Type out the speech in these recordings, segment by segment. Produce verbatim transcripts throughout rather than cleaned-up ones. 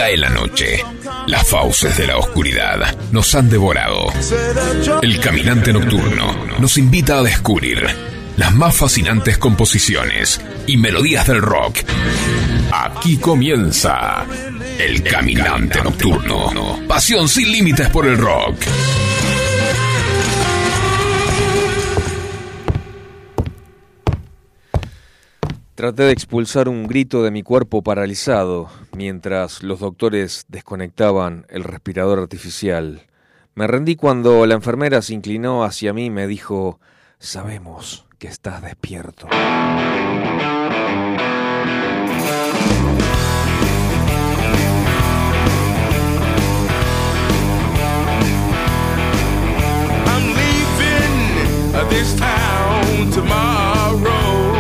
cae la noche, las fauces de la oscuridad nos han devorado. El caminante nocturno nos invita a descubrir las más fascinantes composiciones y melodías del rock. Aquí comienza El Caminante Nocturno. Pasión sin límites por el rock. Traté de expulsar un grito de mi cuerpo paralizado mientras los doctores desconectaban el respirador artificial. Me rendí cuando la enfermera se inclinó hacia mí y me dijo: sabemos que estás despierto. I'm leaving this town tomorrow.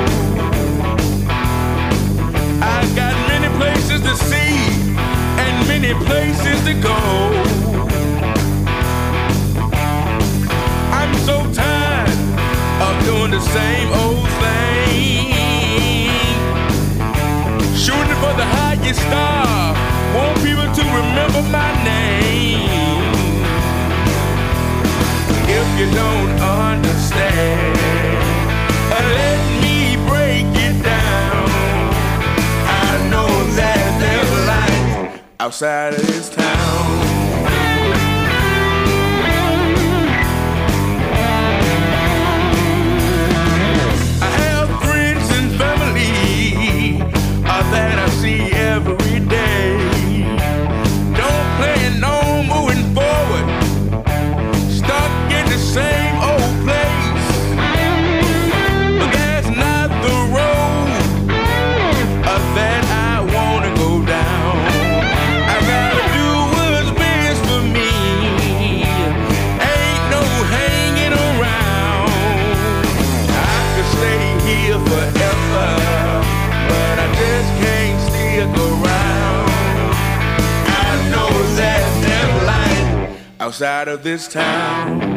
I got many places to see and many places to go. I'm so tired of doing the same old thing. Shooting for the highest star, want people to remember my name. If you don't understand, let me break it down. I know that there's life outside of this town. That I see every day. Don't plan on moving forward, stuck in the same old place. But that's not the road uh, that I wanna go down. I'd rather do what's best for me. Ain't no hanging around. I could stay here forever, but I just can't stick around. I know that there's life outside of this town.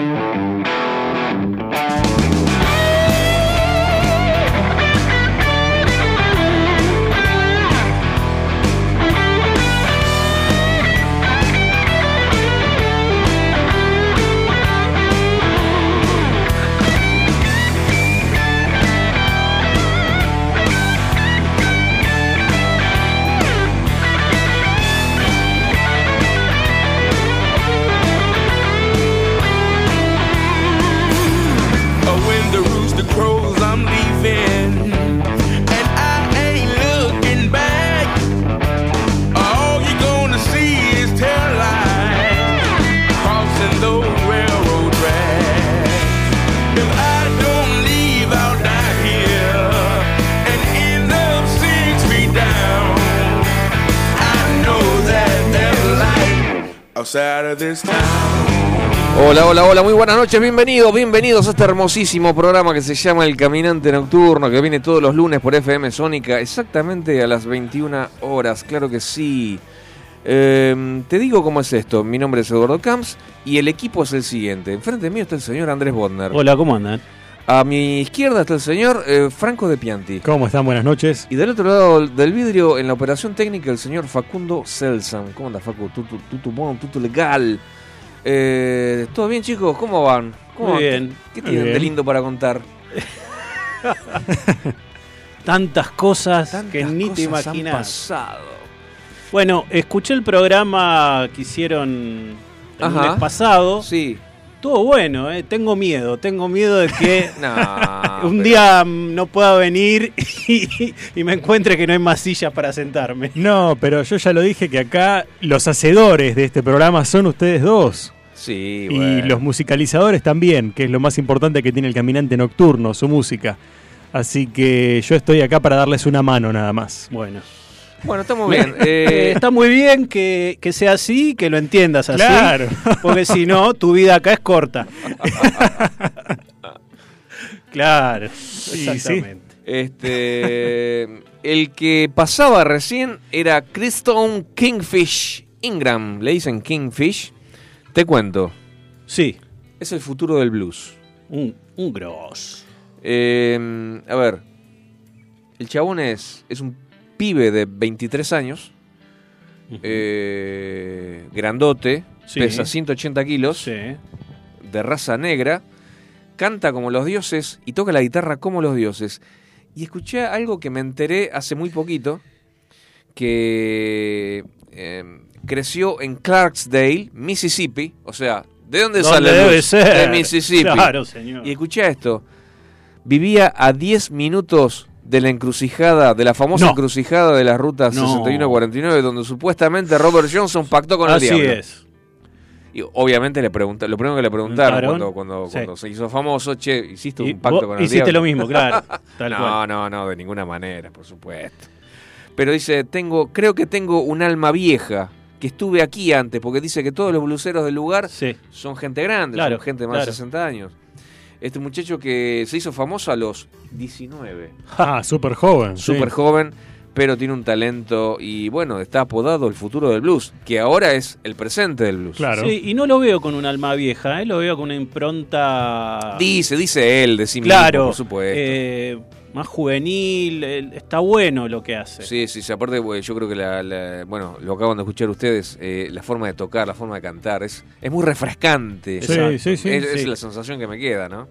Crows, I'm leaving, and I ain't looking back. All you're gonna see is tail lights crossing those railroad tracks. If I don't leave, I'll die here and end up six feet down. I know that there's light outside of this town. Hola, hola, hola, muy buenas noches, bienvenidos, bienvenidos a este hermosísimo programa que se llama El Caminante Nocturno, que viene todos los lunes por F M Sónica, exactamente a las veintiuna horas, claro que sí. Eh, te digo cómo es esto, mi nombre es Eduardo Camps y el equipo es el siguiente. Enfrente mío está el señor Andrés Bodner. Hola, ¿cómo andan? A mi izquierda está el señor eh, Franco de Pianti. ¿Cómo están? Buenas noches. Y del otro lado del vidrio, en la operación técnica, el señor Facundo Selsan. ¿Cómo anda, Facu? Tutu, tutu, bueno, tutu legal. Eh, ¿Todo bien, chicos? ¿Cómo van? ¿Cómo Muy van? bien. ¿Qué muy tienen bien. de lindo para contar? Tantas cosas Tantas que ni te cosas han imaginas. pasado. Bueno, escuché el programa que hicieron el Ajá. lunes pasado. Sí. Todo bueno, ¿eh? Tengo miedo. Tengo miedo de que No, un pero- día no pueda venir y, y me encuentre que no hay más sillas para sentarme. No, pero yo ya lo dije que acá los hacedores de este programa son ustedes dos. Sí, Y bueno. los musicalizadores también, que es lo más importante que tiene el Caminante Nocturno, su música. Así que yo estoy acá para darles una mano nada más. Bueno. Bueno, está muy bien. Eh, Eh, está muy bien que, que sea así, que lo entiendas así. Claro. Porque si no, tu vida acá es corta. Claro, sí. exactamente. este, el que pasaba recién era Kristone Kingfish Ingram. Le dicen Kingfish. Te cuento. Sí, Es el futuro del blues. un, un gross. Eh, a ver. El chabón es, es un pibe de veintitrés años Ujú. eh, grandote, Sí. pesa ciento ochenta kilos, Sí. de raza negra, canta como los dioses y toca la guitarra como los dioses. Y escuché algo que me enteré hace muy poquito, que eh, creció en Clarksdale, Mississippi, o sea, ¿de dónde ¿Dónde sale el debe blues? ser? De Mississippi. Claro, señor. Y escuché esto, vivía a diez minutos de la encrucijada, de la famosa No. encrucijada de la ruta No. sesenta y uno cuarenta y nueve, donde supuestamente Robert Johnson pactó con el Así diablo. es. Y obviamente le pregunta, lo primero que le preguntaron Preguntaron. cuando, cuando, Sí. cuando se hizo famoso, che, hiciste Y un pacto vos con el hiciste diablo. lo mismo, claro. Tal no, cual. no, no, de ninguna manera, por supuesto. Pero dice, tengo, creo que tengo un alma vieja, que estuve aquí antes, porque dice que todos los bluseros del lugar Sí. son gente grande, Claro, son gente de más claro. de sesenta años. Este muchacho que se hizo famoso a los diecinueve, Ah, súper joven. sí. súper joven, pero tiene un talento y bueno, está apodado el futuro del blues, que ahora es el presente del blues. Claro. Sí, y no lo veo con un alma vieja, ¿eh? Lo veo con una impronta. Dice, dice él de sí mismo, Claro, por supuesto. eh, más juvenil, eh, está bueno lo que hace. Sí, sí, sí, aparte pues, yo creo que la, la- bueno, lo acaban de escuchar ustedes, eh, la forma de tocar, la forma de cantar, es, es muy refrescante. Sí, Exacto. sí, sí. es, es sí. la sensación que me queda, ¿no?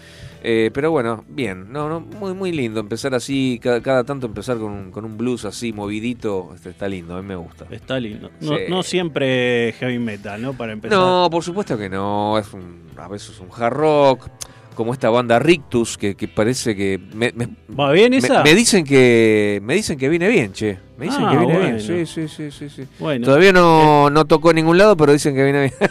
Eh, pero bueno, bien, no, no, muy, muy lindo empezar así, cada, cada tanto empezar con un, con un blues así, movidito, este, está lindo, a mí me gusta. Está lindo. No, Sí. no siempre heavy metal, ¿no? Para empezar. No, por supuesto que no, es un, a veces un hard rock, como esta banda Rictus, que, que parece que... Me, me- ¿Va bien me- esa? me dicen que me dicen que viene bien, che. Me dicen Ah, que viene bueno. bien. Sí, sí, sí, sí, sí. Bueno, Todavía no, no tocó en ningún lado, pero dicen que viene bien.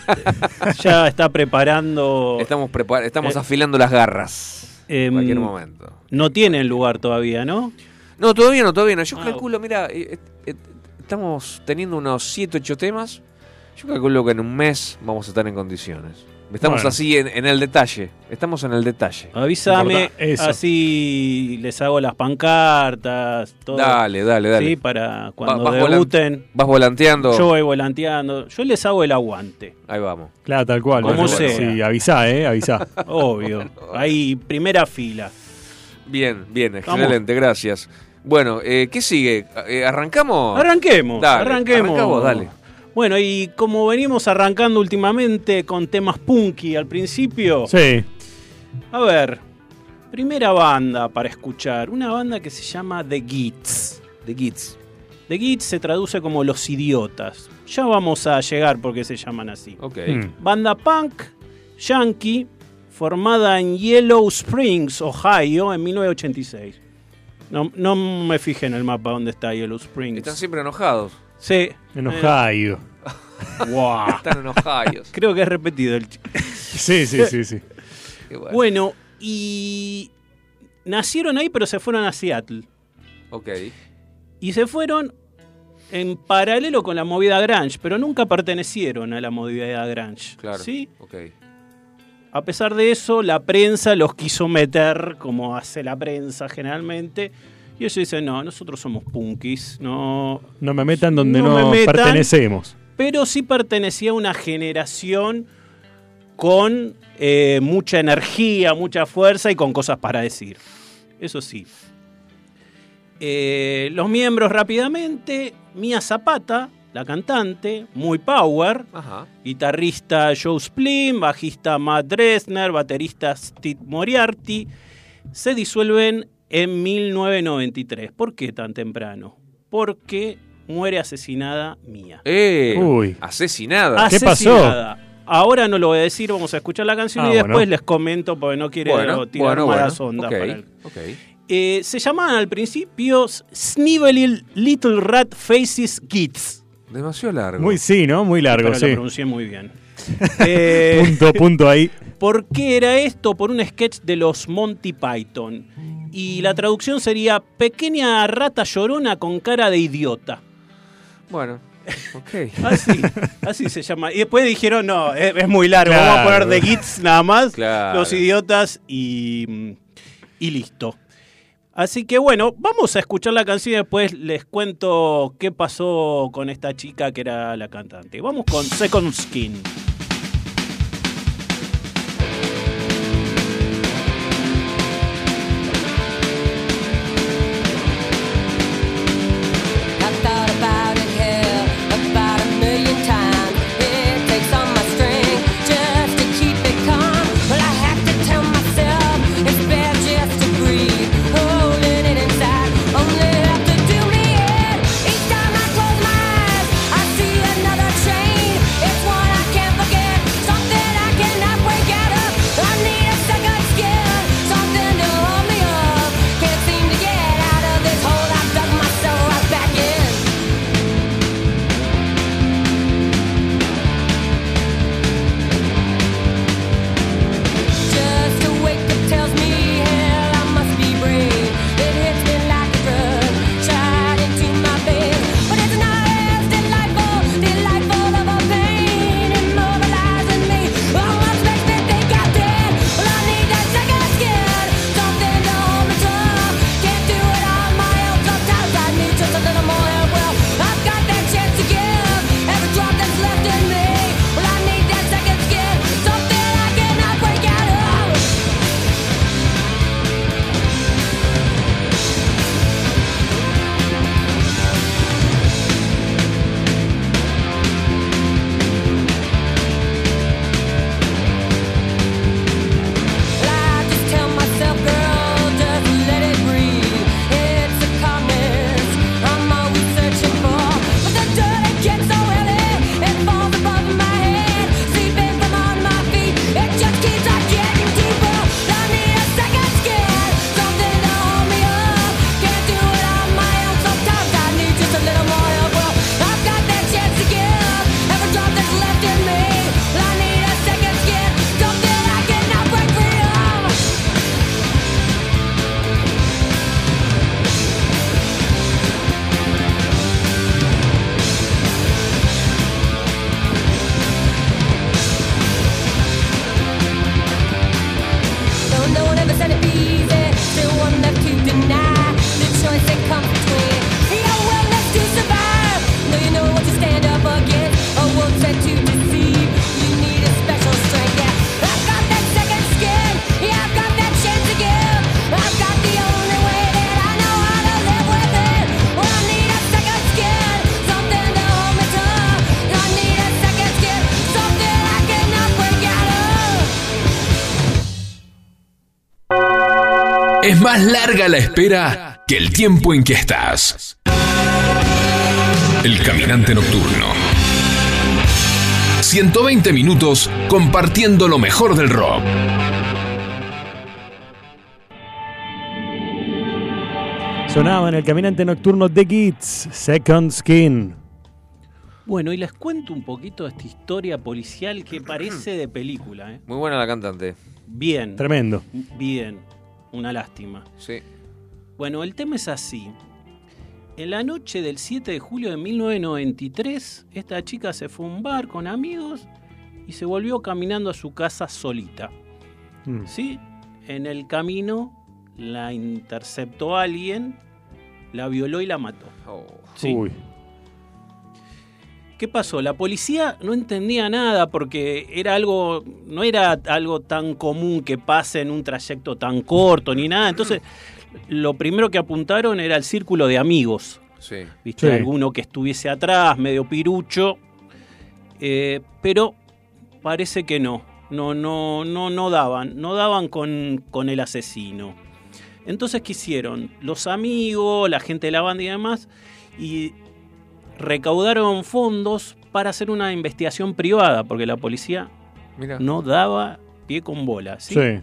ya está preparando. Estamos prepar estamos Eh, afilando las garras. em, En cualquier momento. No tienen lugar todavía, ¿no? No, todavía no, todavía no. Yo Ah, calculo, mira, eh, eh, estamos teniendo unos siete, ocho temas. Yo calculo que en un mes vamos a estar en condiciones. Estamos Bueno. así en, en el detalle. Estamos en el detalle. Avísame, Importa- eso. así les hago las pancartas, todo. Dale, dale, dale. Sí, para cuando vas debuten. Vas volanteando. Yo voy volanteando. Yo les hago el aguante, Ahí vamos. Claro, tal cual. Como Bueno, sea. Sí, avisá, ¿eh? Avisá. obvio. Ahí, primera fila. Bien, bien, Vamos. excelente, gracias. Bueno, eh, ¿qué sigue? Eh, ¿Arrancamos? Arranquemos, Dale, arranquemos. arranca vos, dale. Bueno, y como venimos arrancando últimamente con temas punky al principio, Sí. a ver, primera banda para escuchar, una banda que se llama The Gits. The Kids. The Gits se traduce como Los Idiotas. Ya vamos a llegar porque se llaman así. Ok. Mm. Banda punk, yankee, formada en Yellow Springs, Ohio, en mil novecientos ochenta y seis. No, no me fijé en el mapa dónde está Yellow Springs. Están siempre enojados. Sí. En Ohio. Wow. Están enojados. Creo que es repetido el ch- Sí, sí, sí, sí. Qué bueno. Bueno, y nacieron ahí, pero se fueron a Seattle. Ok. Y se fueron en paralelo con la movida grunge, pero nunca pertenecieron a la movida grunge. Claro. ¿Sí? Ok. A pesar de eso, la prensa los quiso meter, como hace la prensa generalmente. Y ellos dicen, no, nosotros somos punkis, no... No me metan donde No no, me metan. pertenecemos. Pero sí pertenecía a una generación con eh, mucha energía, mucha fuerza y con cosas para decir. Eso sí. Eh, los miembros rápidamente, Mia Zapata, la cantante, muy power, Ajá. guitarrista Joe Splin, bajista Matt Dresner, baterista Steve Moriarty, se disuelven en mil novecientos noventa y tres. ¿Por qué tan temprano? Porque muere asesinada Mia. Eh, Uy. asesinada. ¿Qué pasó? Asesinada. Ahora no lo voy a decir, vamos a escuchar la canción Ah, y después bueno. les comento porque no quiero Bueno, tirar bueno, malas bueno. ondas Ok, para él. ok. Eh, se llamaban al principio Snivelly Little Rat Faces Kids. Demasiado largo. Muy sí, ¿no? Muy largo, Pero lo sí. pronuncié muy bien. Eh, Punto, punto ahí. ¿Por qué era esto? Por un sketch de los Monty Python. Y la traducción sería Pequeña rata llorona con cara de idiota. Bueno, ok. Así, así se llama. Y después dijeron, no, es, es muy largo, Claro. vamos a poner The Kids nada más, Claro. los idiotas y, y listo. Así que bueno, vamos a escuchar la canción y después les cuento qué pasó con esta chica que era la cantante. Vamos con Second Skin. I thought about it here, Es más larga la espera que el tiempo en que estás. El Caminante Nocturno. ciento veinte minutos compartiendo lo mejor del rock. Sonaba en el Caminante Nocturno The Kids, Second Skin. Bueno, y les cuento un poquito de esta historia policial que parece de película, ¿eh? Muy buena la cantante. Bien. Tremendo. Bien. Una lástima. Sí. Bueno, el tema es así. En la noche del siete de julio de mil novecientos noventa y tres, esta chica se fue a un bar con amigos y se volvió caminando a su casa solita. Mm. ¿Sí? En el camino la interceptó alguien, la violó y la mató. Oh. Sí. Uy. ¿Qué pasó? La policía no entendía nada porque era algo, no era algo tan común que pase en un trayecto tan corto ni nada. Entonces, lo primero que apuntaron era el círculo de amigos. Sí. ¿Viste? Sí. Alguno que estuviese atrás, medio pirucho. Eh, pero parece que no. No, no, no, no daban. No daban con, con el asesino. Entonces, ¿qué hicieron? Los amigos, la gente de la banda y demás, y recaudaron fondos para hacer una investigación privada, porque la policía Mira. no daba pie con bola. ¿sí? Sí.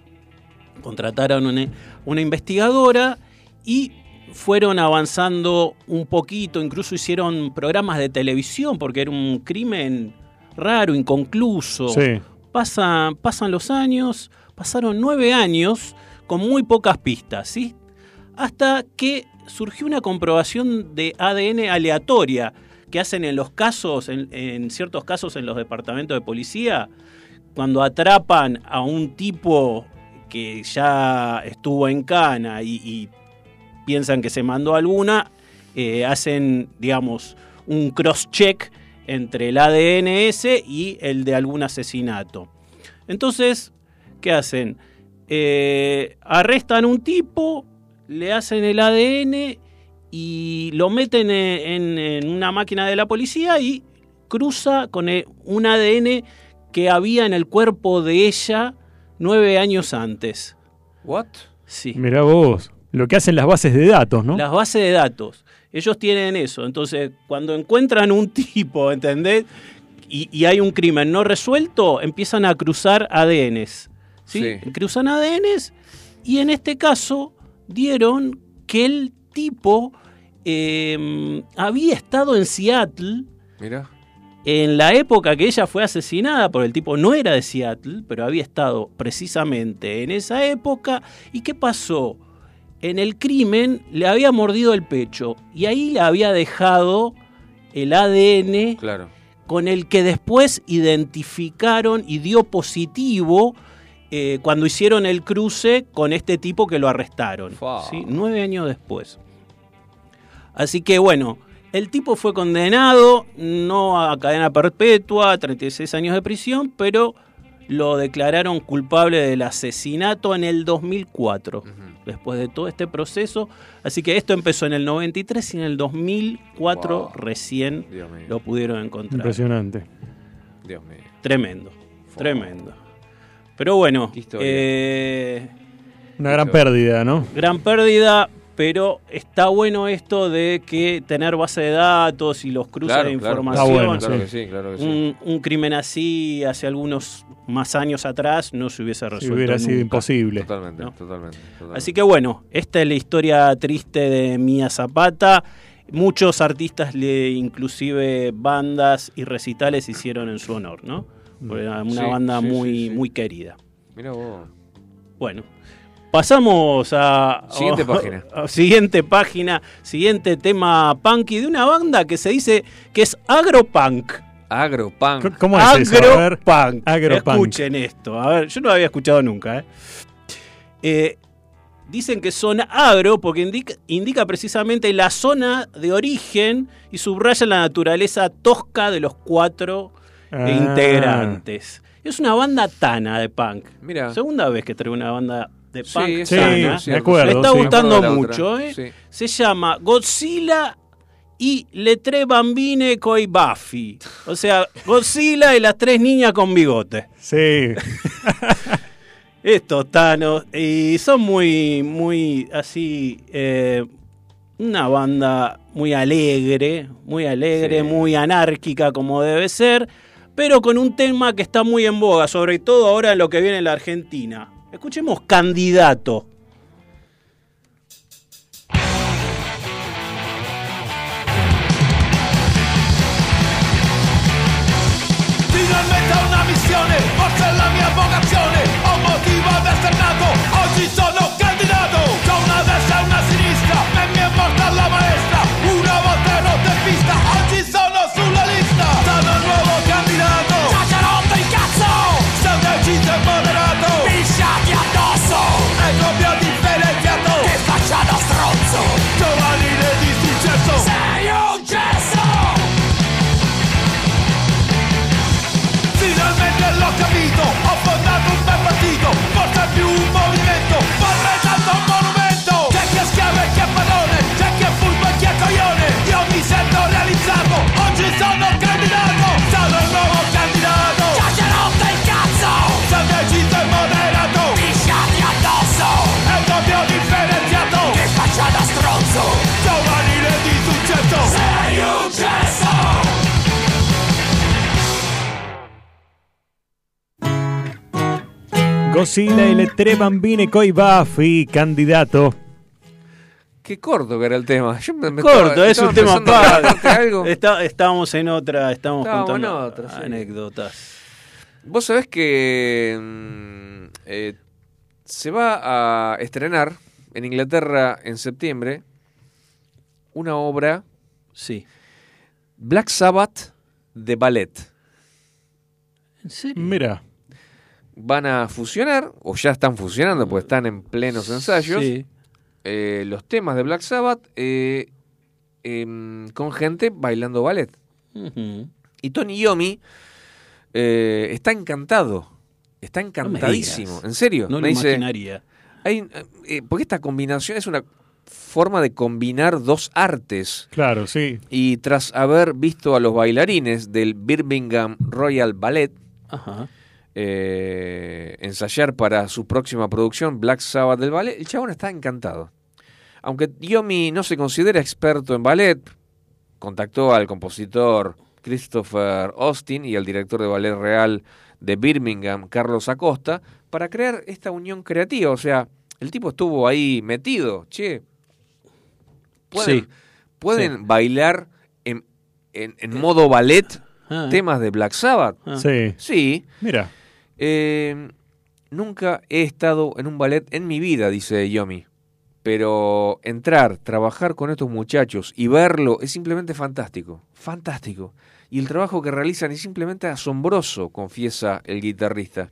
Contrataron una, una investigadora y fueron avanzando un poquito, incluso hicieron programas de televisión, porque era un crimen raro, inconcluso. Sí. Pasan, pasan los años, pasaron nueve años con muy pocas pistas, ¿sí? Hasta que surgió una comprobación de A D N aleatoria que hacen en los casos, en, en ciertos casos en los departamentos de policía, cuando atrapan a un tipo que ya estuvo en cana y, y piensan que se mandó alguna, eh, hacen, digamos, un cross-check entre el A D N ese y el de algún asesinato. Entonces, ¿qué hacen? Eh, arrestan un tipo, le hacen el A D N y lo meten en, en una máquina de la policía y cruza con el, un A D N que había en el cuerpo de ella nueve años antes. ¿What? Sí. Mirá vos, lo que hacen las bases de datos, ¿no? Las bases de datos. Ellos tienen eso. Entonces, cuando encuentran un tipo, ¿entendés? Y, y hay un crimen no resuelto, empiezan a cruzar A D Ns. ¿Sí? Sí. Cruzan A D Ns y en este caso dieron que el tipo eh, había estado en Seattle Mira. en la época que ella fue asesinada, porque el tipo no era de Seattle, pero había estado precisamente en esa época. ¿Y qué pasó? En el crimen le había mordido el pecho y ahí le había dejado el A D N Claro. con el que después identificaron y dio positivo eh, cuando hicieron el cruce con este tipo que lo arrestaron. Fua. ¿sí? Nueve años después. Así que bueno, el tipo fue condenado no a cadena perpetua, treinta y seis años de prisión, pero lo declararon culpable del asesinato en el dos mil cuatro, Ujú. después de todo este proceso. Así que esto empezó en el noventa y tres y en el dos mil cuatro Wow. recién Dios mío. lo pudieron encontrar. Impresionante. Dios mío. Tremendo, Fua. tremendo. Pero bueno, Qué historia. eh, Una gran pérdida, ¿no? gran pérdida, pero está bueno esto de que tener base de datos y los cruces Claro, de claro, información. Está bueno, claro sí. que sí, claro que sí. Un, un crimen así hace algunos más años atrás no se hubiese Si resuelto hubiera sido nunca. imposible. Totalmente, ¿no? totalmente, totalmente. Así que bueno, esta es la historia triste de Mía Zapata. Muchos artistas, le, inclusive bandas y recitales, hicieron en su honor, ¿no? Porque era una Sí, banda sí, muy, sí, sí. muy querida. Mira vos. Bueno, pasamos a... Siguiente a- página. a- siguiente página, siguiente tema punky de una banda que se dice que es agropunk. Agropunk. C- ¿Cómo es eso? A ver. Agropunk. Agropunk. Escuchen esto. A ver, yo no lo había escuchado nunca. ¿eh? Eh, dicen que son agro porque indica, indica precisamente la zona de origen y subraya la naturaleza tosca de los cuatro Ah. integrantes. Es una banda tana de punk. Mira. Segunda vez que traigo una banda de punk Sí, es Sí, tana. cierto, me es cierto. acuerdo, Me está sí. gustando Me acuerdo de la mucho. otra. ¿eh? Sí. Se llama Godzilla y le tre bambine coi baffi. O sea, Godzilla y las tres niñas con bigote. Sí. Estos Thanos. Y son muy, muy así. Eh, una banda muy alegre, muy alegre, Sí. muy anárquica como debe ser, pero con un tema que está muy en boga, sobre todo ahora en lo que viene en la Argentina. Escuchemos Candidato. Finalmente ho una missione, forse è la mia vocazione. Ho un motivo ad essere nato, oggi sono candidato. C'ho una destra e una sinistra, e mi è morta la maestra. Una volta ero tepista, oggi sono sulla lista. Sono il nuovo candidato, già c'è rotto il cazzo. Sono deciso e moderato, pisciati addosso. E proprio differenziato, che faccia da stronzo. Giovanile di successo, sei un cesso. Finalmente l'ho capito, ho fondato un bel partito, forse più un movimento, vorrei tanto un monumento. C'è chi è schiavo e chi è padrone, c'è chi è furbo e chi è coglione. Io mi sento realizzato, oggi sono candidato, sono il nuovo candidato. Già c'è rotto il cazzo, sono deciso e moderato, pisciati addosso, è proprio differenziato, che faccia da stronzo, giovanile di successo, sei un cesso. Godzilla y le tre bambine coi baffi, Candidato. Qué corto que era el tema. Yo me, me Corto, estaba- es estaba un tema empezando a para contarte algo. Está, estábamos en otra, estamos Estábamos contando en otra, sí. anécdotas. Vos sabés que mm, eh, se va a estrenar en Inglaterra en septiembre una obra, Sí. Black Sabbath de ballet. ¿En serio? Mira, Van a fusionar, o ya están fusionando, pues están en plenos ensayos, Sí. eh, los temas de Black Sabbath eh, em, con gente bailando ballet. Ujú. Y Tony Iommi eh, está encantado, está No me encantadísimo, digas. en serio. No me lo dice, imaginaría. hay, eh, porque esta combinación es una forma de combinar dos artes. claro, sí. Y tras haber visto a los bailarines del Birmingham Royal Ballet Ajá. eh, ensayar para su próxima producción, Black Sabbath del ballet, el chabón está encantado. Aunque Iommi no se considera experto en ballet, contactó al compositor Christopher Austin y al director de ballet real de Birmingham, Carlos Acosta, para crear esta unión creativa. O sea, el tipo estuvo ahí metido. Che, ¿pueden, Sí. pueden Sí. bailar en, en- en modo ballet Ah, temas de Black Sabbath? ah. Sí. Sí. Mira, Eh, nunca he estado en un ballet en mi vida, dice Iommi. Pero entrar, trabajar con estos muchachos y verlo es simplemente fantástico. Fantástico. Y el trabajo que realizan es simplemente asombroso, confiesa el guitarrista.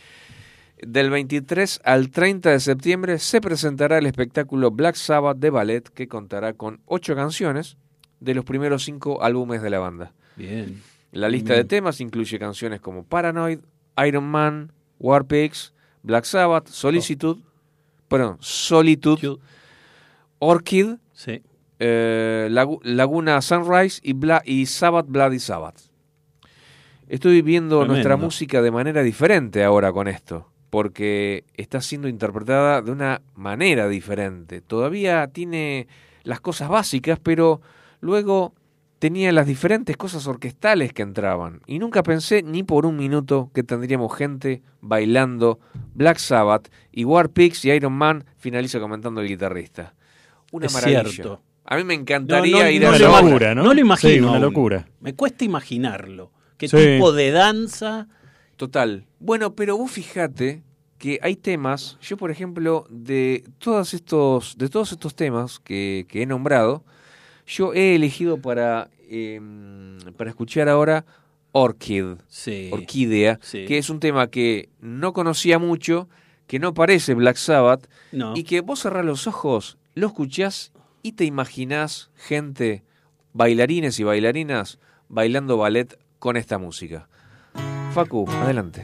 Del veintitrés al treinta de septiembre se presentará el espectáculo Black Sabbath de ballet, que contará con ocho canciones de los primeros cinco álbumes de la banda. Bien. La lista Bien. de temas incluye canciones como Paranoid, Iron Man, War Pigs, Black Sabbath, Solicitude, perdón, Solitude, Yo- Orchid, Sí. eh, Lagu- Laguna Sunrise y, Bla- y Sabbath Bloody Sabbath. Estoy viendo Tremendo. nuestra música de manera diferente ahora con esto, porque está siendo interpretada de una manera diferente. Todavía tiene las cosas básicas, pero luego tenía las diferentes cosas orquestales que entraban. Y nunca pensé ni por un minuto que tendríamos gente bailando Black Sabbath y War Pigs y Iron Man, finaliza comentando el guitarrista. Una Es maravilla. cierto. A mí me No, encantaría no, ir no a una lo esa imagino. obra. locura, ¿no? No lo imagino. Sí, una aún. locura. Me cuesta imaginarlo. ¿Qué Sí. tipo de danza? Total. Bueno, pero vos fijate que hay temas, yo por ejemplo, de todos estos, de todos estos temas que, que he nombrado, yo he elegido para, eh, para escuchar ahora Orchid, Sí. Orquídea, Sí. que es un tema que no conocía mucho, que no parece Black Sabbath, No. y que vos cerrás los ojos, lo escuchás y te imaginás gente, bailarines y bailarinas, bailando ballet con esta música. Facu, adelante.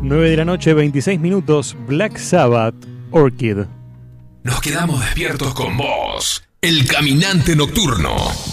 nueve de la noche, veintiséis minutos, Black Sabbath, Orchid. Nos quedamos despiertos con vos, el caminante nocturno.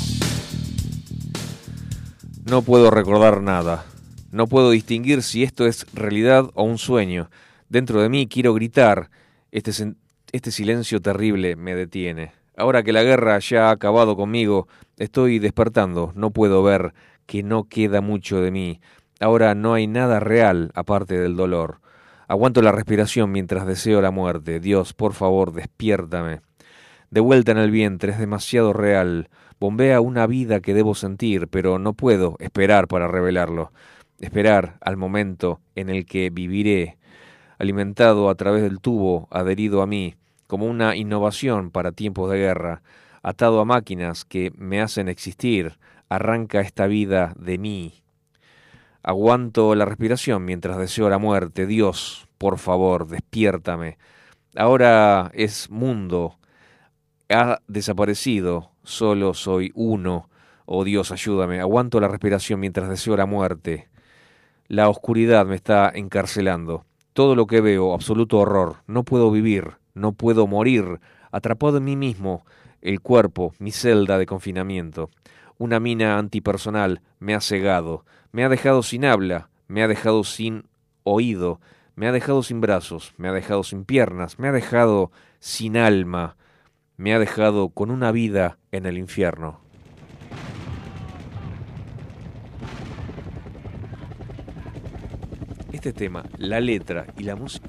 No puedo recordar nada. No puedo distinguir si esto es realidad o un sueño. Dentro de mí quiero gritar. Este, sen- este silencio terrible me detiene. Ahora que la guerra ya ha acabado conmigo, estoy despertando. No puedo ver que no queda mucho de mí. Ahora no hay nada real aparte del dolor. Aguanto la respiración mientras deseo la muerte. Dios, por favor, despiértame. De vuelta en el vientre, es demasiado real. Bombea una vida que debo sentir, pero no puedo esperar para revelarlo. Esperar al momento en el que viviré, alimentado a través del tubo adherido a mí, como una innovación para tiempos de guerra, atado a máquinas que me hacen existir, arranca esta vida de mí. Aguanto la respiración mientras deseo la muerte. Dios, por favor, despiértame. Ahora es mundo. Ha desaparecido. Solo soy uno. Oh Dios, ayúdame. Aguanto la respiración mientras deseo la muerte. La oscuridad me está encarcelando. Todo lo que veo, absoluto horror. No puedo vivir. No puedo morir. Atrapado en mí mismo. El cuerpo, mi celda de confinamiento. Una mina antipersonal me ha cegado. Me ha dejado sin habla, me ha dejado sin oído, me ha dejado sin brazos, me ha dejado sin piernas, me ha dejado sin alma, me ha dejado con una vida en el infierno. Este tema, la letra y la música...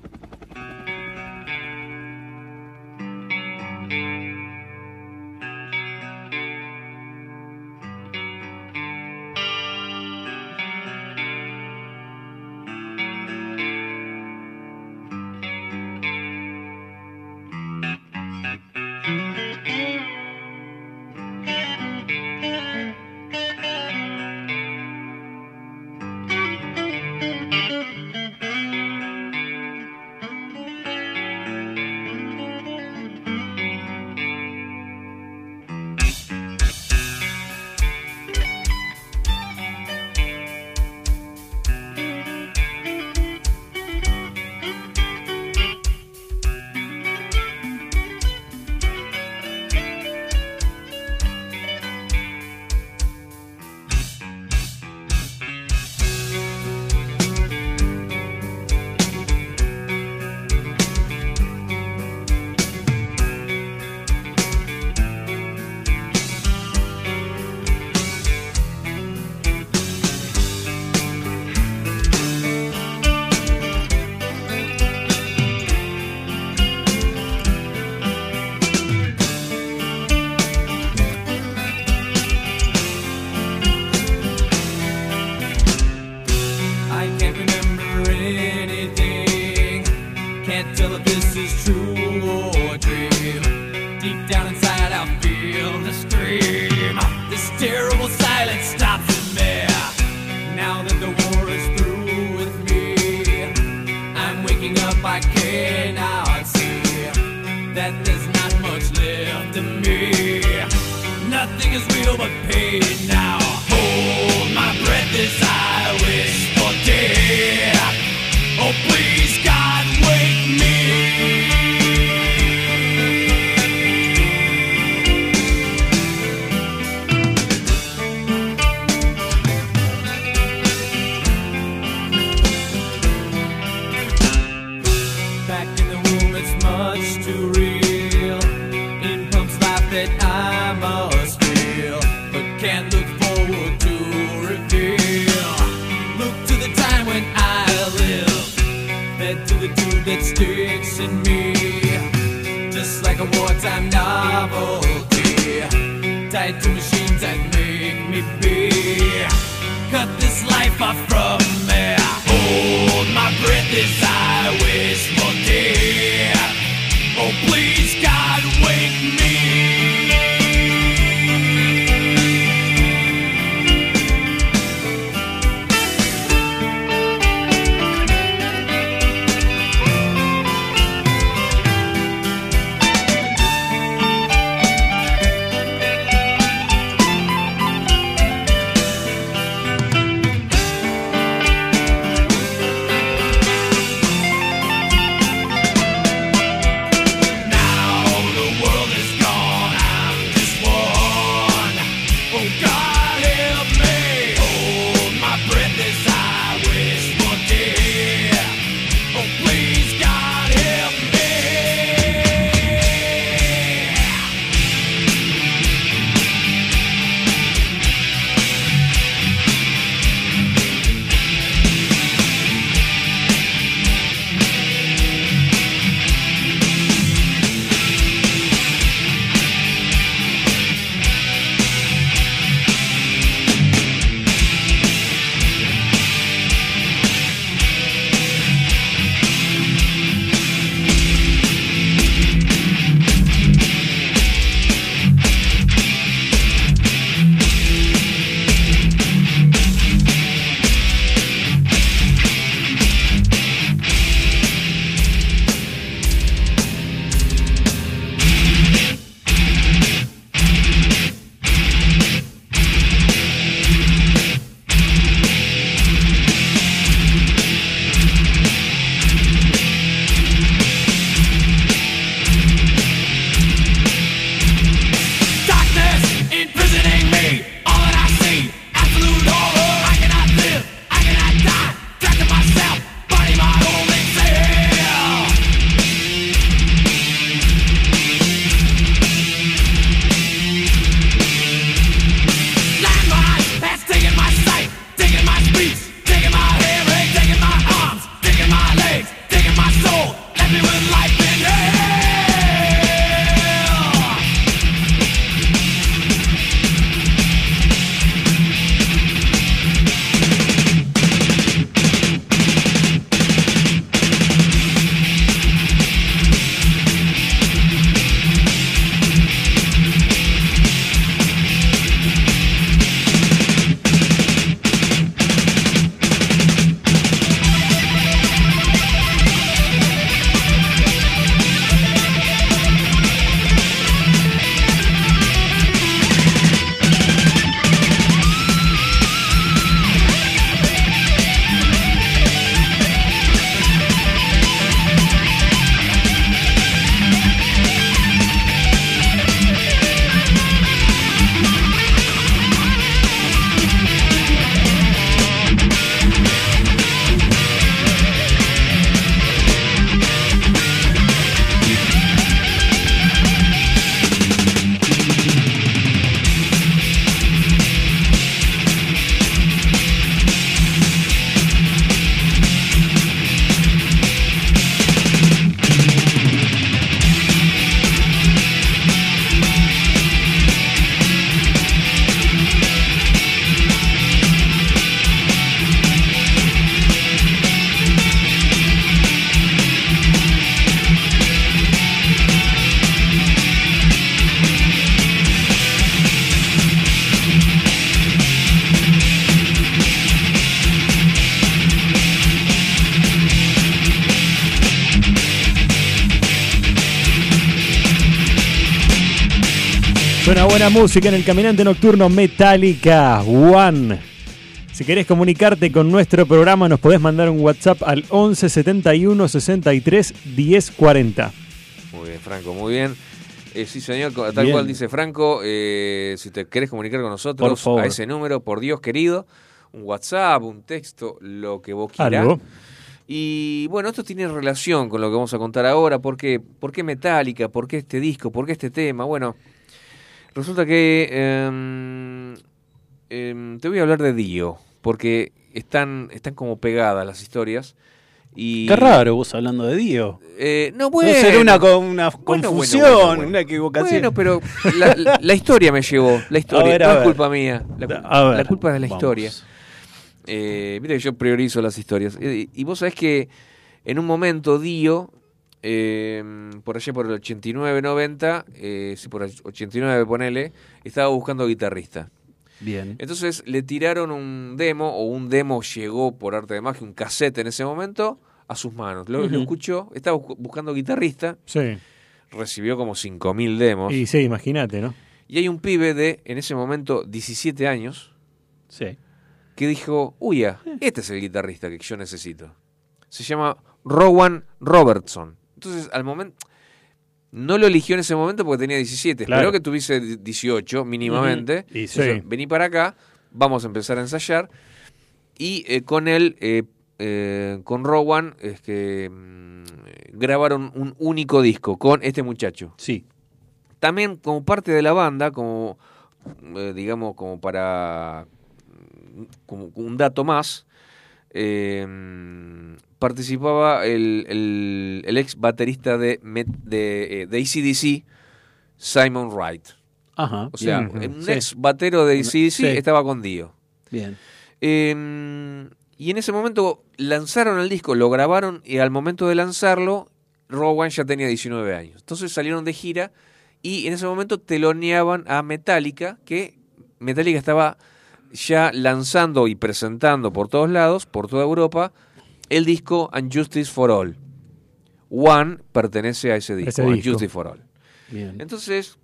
Suena buena música en el Caminante Nocturno, Metallica, One. Si querés comunicarte con nuestro programa, nos podés mandar un WhatsApp al once setenta y uno sesenta y tres diez cuarenta. Muy bien, Franco, muy bien. Eh, sí, señor, tal Bien. cual dice Franco, eh, si te querés comunicar con nosotros Por favor. a ese número, por Dios querido, un WhatsApp, un texto, lo que vos quieras. Algo. Y bueno, esto tiene relación con lo que vamos a contar ahora. ¿Por qué, ¿Por qué Metallica? ¿Por qué este disco? ¿Por qué este tema? Bueno, resulta que eh, eh, te voy a hablar de Dio, porque están, están como pegadas las historias. Y, Qué raro vos hablando de Dio. Eh, no, bueno. No será una, co- una Bueno, confusión, bueno, bueno, bueno. una equivocación. Bueno, pero la, la- la historia me llevó. La historia, A ver, a no es ver. culpa mía. La, cu- A ver, la culpa es de la vamos. historia. Eh, mira que yo priorizo las historias. Eh, y vos sabés que en un momento Dio, eh, por allá por el ochenta y nueve noventa, eh, sí, por el ochenta y nueve ponele, estaba buscando guitarrista. Bien. Entonces le tiraron un demo, o un demo llegó por arte de magia, un cassette en ese momento, a sus manos. Lo, lo Ujú. escuchó, estaba bu- buscando guitarrista, Sí. recibió como cinco mil demos. Y sí, imagínate, ¿no? Y hay un pibe de, en ese momento, diecisiete años, Sí. que dijo, uy, ah, este es el guitarrista que yo necesito. Se llama Rowan Robertson. Entonces, al momento, no lo eligió en ese momento porque tenía diecisiete. Claro. Esperó que tuviese dieciocho mínimamente. Ujú. Y sí. Entonces, vení para acá, vamos a empezar a ensayar. Y eh, con él, eh, eh, con Rowan, es que mm, grabaron un único disco con este muchacho. Sí. También como parte de la banda, como eh, digamos, como para como un dato más, eh, participaba el, el, el ex baterista de, Met- de, eh, de A C D C, Simon Wright. Ajá. O sea, Bien. un Sí. ex batero de A C D C Sí. estaba con Dio. Bien. Eh, y en ese momento lanzaron el disco, lo grabaron y al momento de lanzarlo, Rowan ya tenía diecinueve años. Entonces salieron de gira y en ese momento teloneaban a Metallica, que Metallica estaba ya lanzando y presentando por todos lados, por toda Europa, el disco And Justice for All. One pertenece a ese disco, Ese And disco. Justice for All. Bien. Entonces,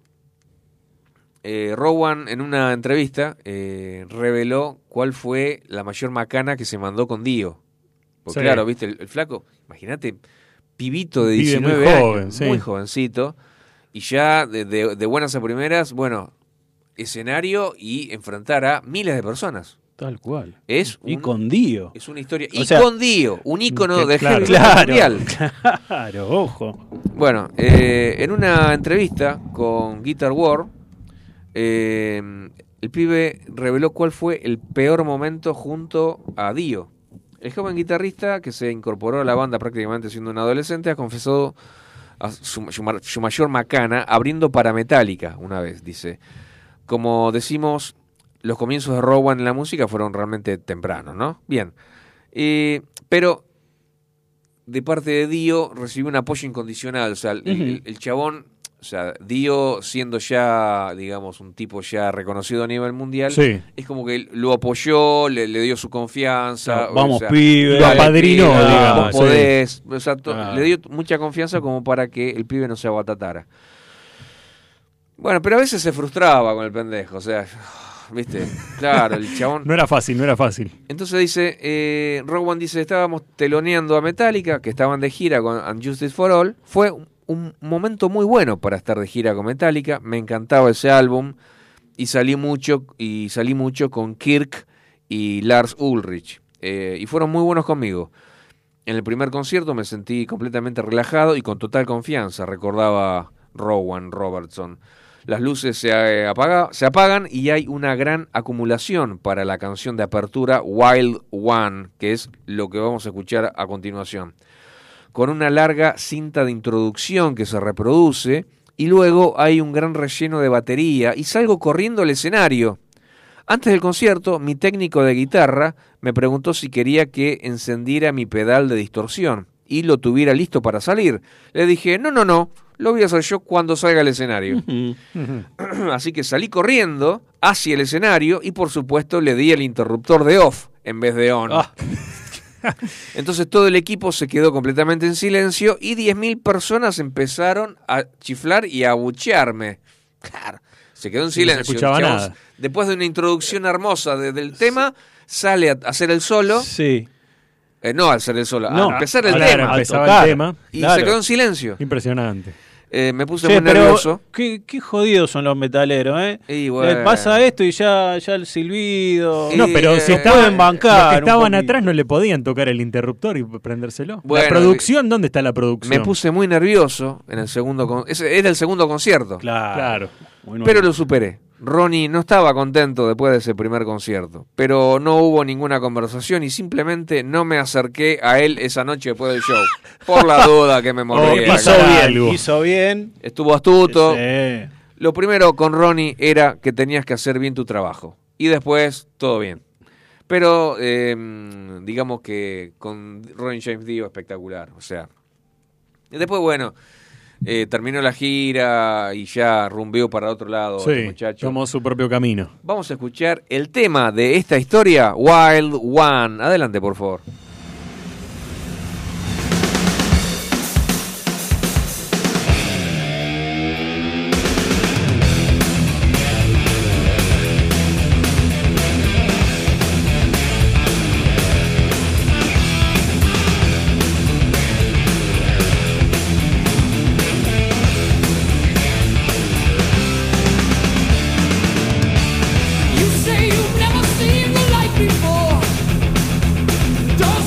eh, Rowan en una entrevista eh, reveló cuál fue la mayor macana que se mandó con Dio. Porque Sí. claro, viste, el, el flaco, imagínate, pibito de Un pibe muy diecinueve joven, años, sí. muy jovencito, y ya de, de- de buenas a primeras, bueno, escenario y enfrentar a miles de personas. Tal cual. Es, Y un- con Dio. es una historia. O y sea- con Dio, un ícono Que- de claro. heavy metal Claro. mundial. Claro, ojo. Bueno, eh, en una entrevista con Guitar World, eh, el pibe reveló cuál fue el peor momento junto a Dio. El joven guitarrista, que se incorporó a la banda prácticamente siendo un adolescente, ha confesado a su, su ma- su mayor macana abriendo para Metallica una vez, dice. Como decimos, los comienzos de Rowan en la música fueron realmente tempranos, ¿no? Bien. Eh, pero de parte de Dio recibió un apoyo incondicional. O sea, el, Ujú. el- el chabón, o sea, Dio siendo ya, digamos, un tipo ya reconocido a nivel mundial, Sí. es como que lo apoyó, le, le dio su confianza. No, vamos, o sea, pibe. Lo dale, apadrinó, pibe, digamos, vos sí. podés. O sea, to- Claro. le dio mucha confianza como para que el pibe no se abatatara. Bueno, pero a veces se frustraba con el pendejo, o sea, viste, claro, el chabón. No era fácil, no era fácil. Entonces dice, eh, Rowan dice, estábamos teloneando a Metallica, que estaban de gira con And Justice for All. Fue un, un momento muy bueno para estar de gira con Metallica. Me encantaba ese álbum y salí mucho y salí mucho con Kirk y Lars Ulrich. Eh, y fueron muy buenos conmigo. En el primer concierto me sentí completamente relajado y con total confianza, recordaba Rowan Robertson. Las luces se, eh, apaga, se apagan y hay una gran acumulación para la canción de apertura Wild One, que es lo que vamos a escuchar a continuación. Con una larga cinta de introducción que se reproduce y luego hay un gran relleno de batería y salgo corriendo al escenario. Antes del concierto, mi técnico de guitarra me preguntó si quería que encendiera mi pedal de distorsión y lo tuviera listo para salir. Le dije, no, no, no, lo voy a hacer yo cuando salga al escenario. Ujú. Así que salí corriendo hacia el escenario y por supuesto le di el interruptor de off en vez de on. Ah. Entonces todo el equipo se quedó completamente en silencio y diez mil personas empezaron a chiflar y a abuchearme. Claro, Se quedó en No se silencio. escuchaba El chabón, nada. Después de una introducción hermosa de- del tema, sale a hacer el solo. Sí. Eh, no a hacer el solo, No, a empezar el Claro, tema. empezaba tocar. el tema. Y Claro. se quedó en silencio. Impresionante. Eh, me puse Che, muy pero nervioso. qué, qué jodidos son los metaleros, ¿eh? Y bueno. Le pasa esto y ya, ya el silbido. Y, No, pero eh, si pueden estaban, bancar los que un estaban poquito. atrás no le podían tocar el interruptor y prendérselo. Bueno, la producción, ¿dónde está la producción? Me puse muy nervioso en el segundo con- ese era el segundo concierto. Claro. Claro. Bueno, Pero lo superé. Ronnie no estaba contento después de ese primer concierto, pero no hubo ninguna conversación y simplemente no me acerqué a él esa noche después del show, por la duda que me Oh, moría. pasó hizo bien, bien, algo. hizo bien. Estuvo astuto. Sí. Lo primero con Ronnie era que tenías que hacer bien tu trabajo y después todo bien. Pero eh, digamos que con Ronnie James Dio espectacular, o sea. Y después, bueno, eh, terminó la gira y ya rumbeó para otro lado este Sí, muchacho. tomó su propio camino. Vamos a escuchar el tema de esta historia, Wild One. Adelante, por favor. You say you've never seen the light before. Don't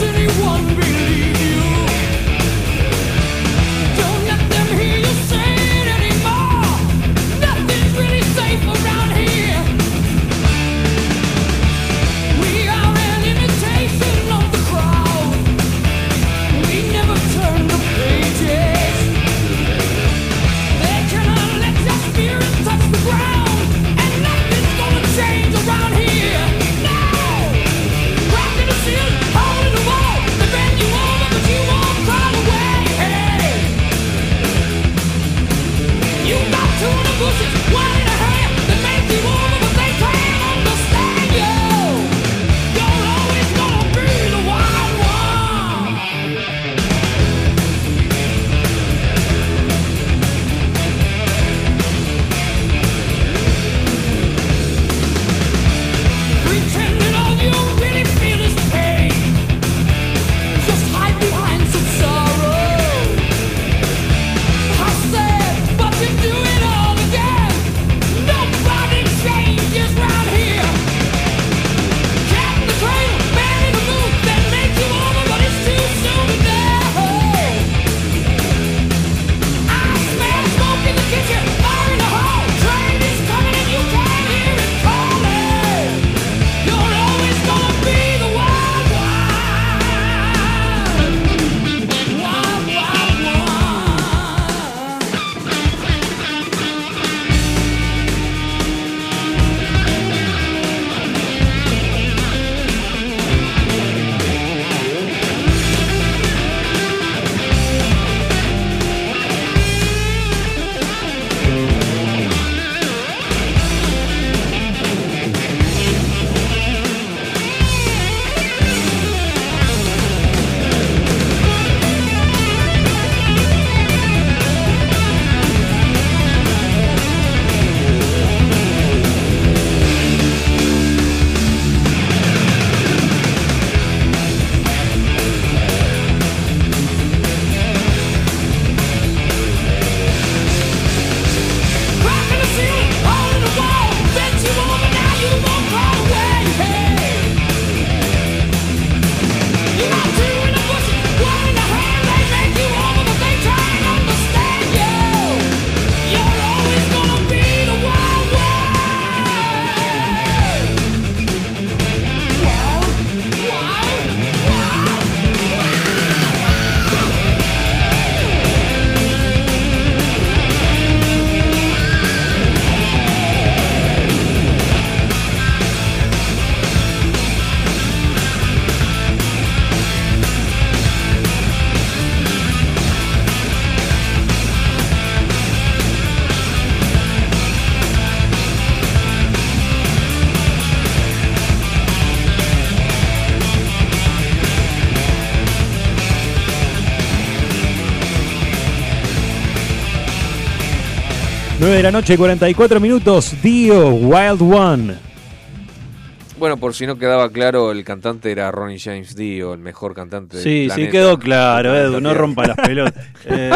nueve de la noche, cuarenta y cuatro minutos. Dio, Wild One. Bueno, por si no quedaba claro, el cantante era Ronnie James Dio, el mejor cantante del Sí, planeta. sí, quedó claro, Del Edu, no planeta rompa las pelotas. Eh,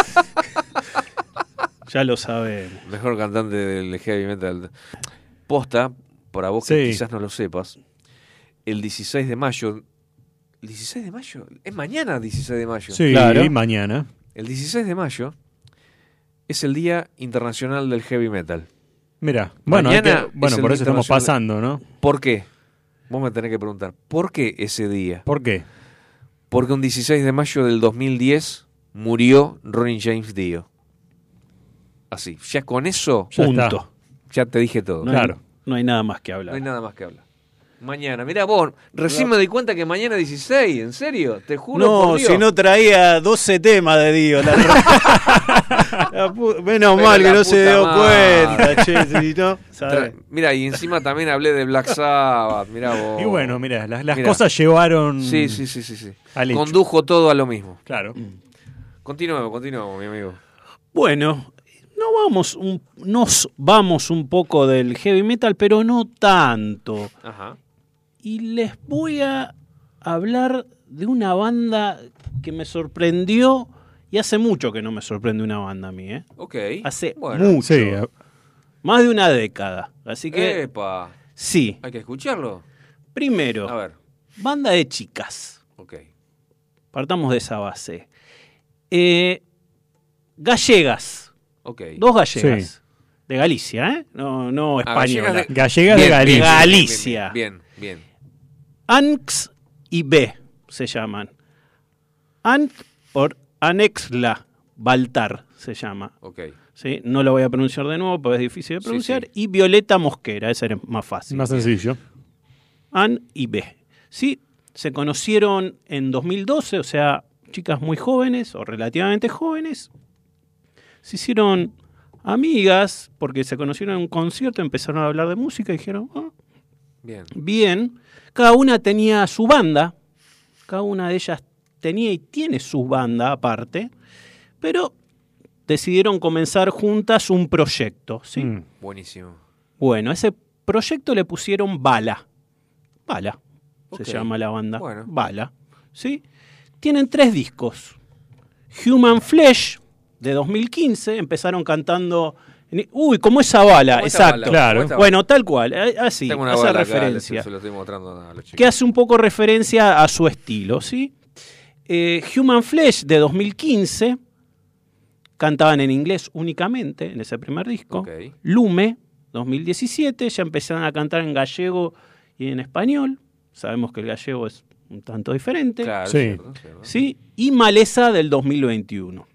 ya lo sabemos. Tierra. Mejor cantante del heavy metal. Posta, para vos Sí. que quizás no lo sepas, el dieciséis de mayo... ¿El dieciséis de mayo? Es mañana dieciséis de mayo. Sí, Claro. mañana. El dieciséis de mayo es el Día Internacional del Heavy Metal. Mira, bueno, hay Mañana que- bueno es el por eso estamos internacional- pasando, ¿no? ¿Por qué? Vos me tenés que preguntar, ¿por qué ese día? ¿Por qué? Porque un dieciséis de mayo del dos mil diez murió Ronnie James Dio. Así, ya con eso, Ya Punto. está. ya te dije todo. No, Claro. hay, no hay nada más que No hablar. hay nada más que hablar. Mañana, mirá vos, recién me di cuenta que mañana dieciséis, ¿en serio? Te juro No, por Dios. si no traía doce temas de Dio. La La pu- Menos Pero mal que la no se puta dio madre. cuenta, che, si no, Tra- ¿sabes? Mira, y encima también hablé de Black Sabbath, mirá vos. Y bueno, mira, las, las Mirá. cosas llevaron Sí, sí, sí, sí, sí. al hecho. Condujo todo a lo mismo. Claro. Continuemos, continuemos, mi amigo. Bueno, no vamos un- nos vamos un poco del heavy metal, pero no tanto. Ajá. Y les voy a hablar de una banda que me sorprendió, y hace mucho que no me sorprende una banda a mí, ¿eh? Ok. Hace bueno. mucho, Sí, a- más de una década. Así que, Epa. sí. Hay que escucharlo. Primero, A ver. banda de chicas. Ok. Partamos de esa base. Eh, gallegas. Ok. Dos gallegas. Sí. De Galicia, ¿eh? No, no Ah, española. gallegas de- Gallegas de Bien, Galicia. bien, bien, Galicia. Bien, bien. bien. Anx y B se llaman. Ant por Anexla, Baltar se llama. Ok. ¿Sí? No lo voy a pronunciar de nuevo porque es difícil de Sí, pronunciar. sí. Y Violeta Mosquera, ese es más fácil. Más sencillo. An y B. ¿Sí? Se conocieron en dos mil doce, o sea, chicas muy jóvenes o relativamente jóvenes. Se hicieron amigas porque se conocieron en un concierto, empezaron a hablar de música y dijeron, "Ah, Bien. bien". Cada una tenía su banda, cada una de ellas tenía y tiene su banda aparte, pero decidieron comenzar juntas un proyecto, ¿sí? Mm. Buenísimo. Bueno, a ese proyecto le pusieron Bala. Bala, Ok. se llama la banda. Bueno. Bala, ¿sí? Tienen tres discos. Human Flesh, de dos mil quince, empezaron cantando... en- Uy, como esa bala, ¿Cómo esta exacto. bala? Claro. ¿Cómo esta Bueno, bala? tal cual, eh, así, Tengo una hace bala acá, referencia. se lo estoy mostrando a los chicos. Que hace un poco referencia a su estilo, ¿sí? Eh, Human Flesh, de dos mil quince, cantaban en inglés únicamente, en ese primer disco. Ok. Lume, dos mil diecisiete, ya empezaron a cantar en gallego y en español. Sabemos que el gallego es un tanto diferente. Claro, Sí. cierto, cierto. ¿Sí? Y Maleza del dos mil veintiuno.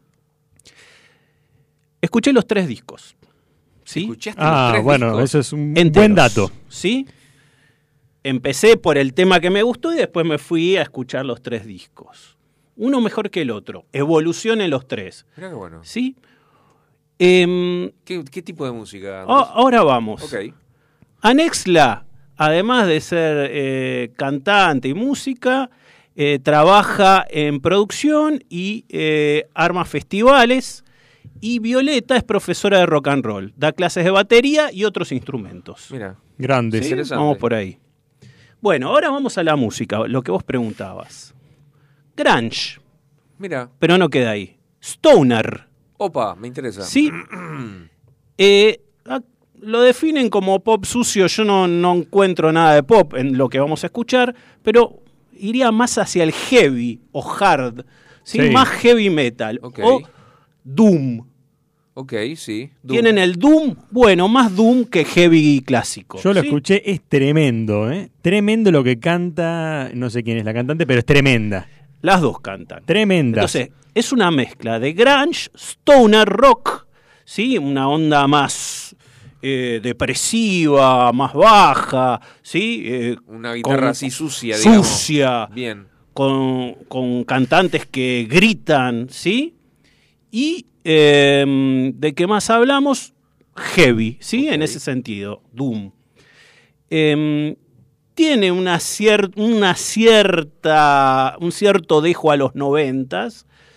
Escuché los tres discos. ¿Sí? ¿Escuchaste los Ah, tres bueno, discos? eso es un Enteros, buen dato. ¿Sí? Empecé por el tema que me gustó y después me fui a escuchar los tres discos. Uno mejor que el otro. Evolución en los tres. Mirá qué bueno. ¿Sí? Em, ¿Qué, qué tipo de música? a- ahora vamos. Ok. Anexla, además de ser eh, cantante y música, eh, trabaja en producción y eh, arma festivales. Y Violeta es profesora de rock and roll. Da clases de batería y otros instrumentos. Mira. Grandes. ¿Sí? Interesante. Vamos por ahí. Bueno, ahora vamos a la música, lo que vos preguntabas. Grunge, Mira. pero no queda ahí. Stoner, Opa, me interesa. ¿sí? Eh, a- lo definen como pop sucio. Yo no, no encuentro nada de pop en lo que vamos a escuchar, pero iría más hacia el heavy o hard, ¿sí? Sí. Más heavy metal Ok. o doom. Ok, sí. Doom. ¿Tienen el doom? Bueno, más doom que heavy clásico. Yo lo ¿sí? escuché, es tremendo, ¿eh? Tremendo lo que canta, no sé quién es la cantante, pero es tremenda. Las dos cantan. Tremenda. Entonces, es una mezcla de grunge, stoner rock, ¿sí? Una onda más eh, depresiva, más baja, ¿sí? Eh, Una guitarra con- así sucia, digamos. Sucia, Bien. con, con cantantes que gritan, ¿sí? Y eh, ¿de qué más hablamos? Heavy, ¿sí? Ok. En ese sentido, doom. Eh, tiene una, cier- una cierta, un cierto dejo a los noventas,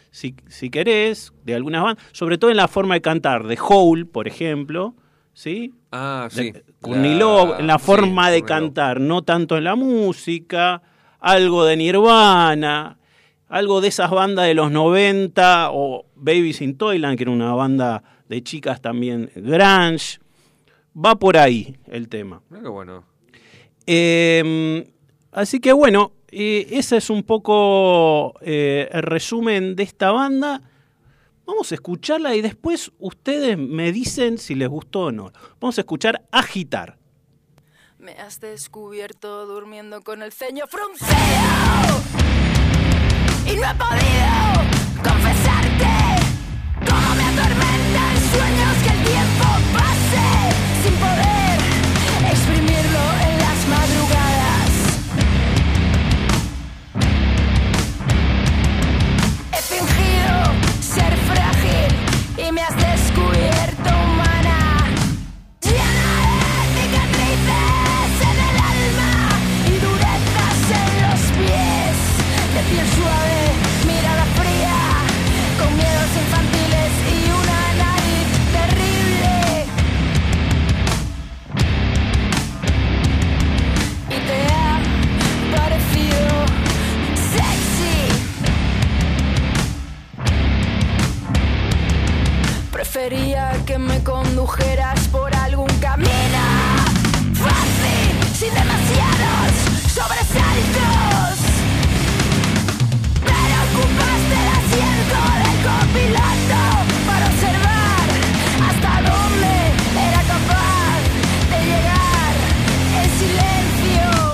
si, si querés, de algunas bandas, sobre todo en la forma de cantar, de Hole, por ejemplo, ¿sí? Ah, sí. De Courtney Love, en la forma sí, de cantar, no tanto en la música, algo de Nirvana, algo de esas bandas de los noventa, o Babies in Toyland, que era una banda de chicas también, grunge. Va por ahí el tema. Mira qué bueno. Eh, así que bueno, eh, ese es un poco eh, el resumen de esta banda. Vamos a escucharla y después ustedes me dicen si les gustó o no. Vamos a escuchar Agitar. Me has descubierto durmiendo con el ceño fruncido y no he podido confesarte cómo me atormentan sueños que el tiempo pase sin poder exprimirlo en las madrugadas. He fingido ser frágil y me has descubierto humana, llena de cicatrices en el alma y durezas en los pies, de piel suave, mirada fría, con miedos infantiles y una nariz terrible. Y te ha parecido sexy. Prefería que me condujeras por algún camino fácil, sin demasiados sobresaltos. Pero ocupaste el asiento del copiloto para observar hasta dónde era capaz de llegar el silencio.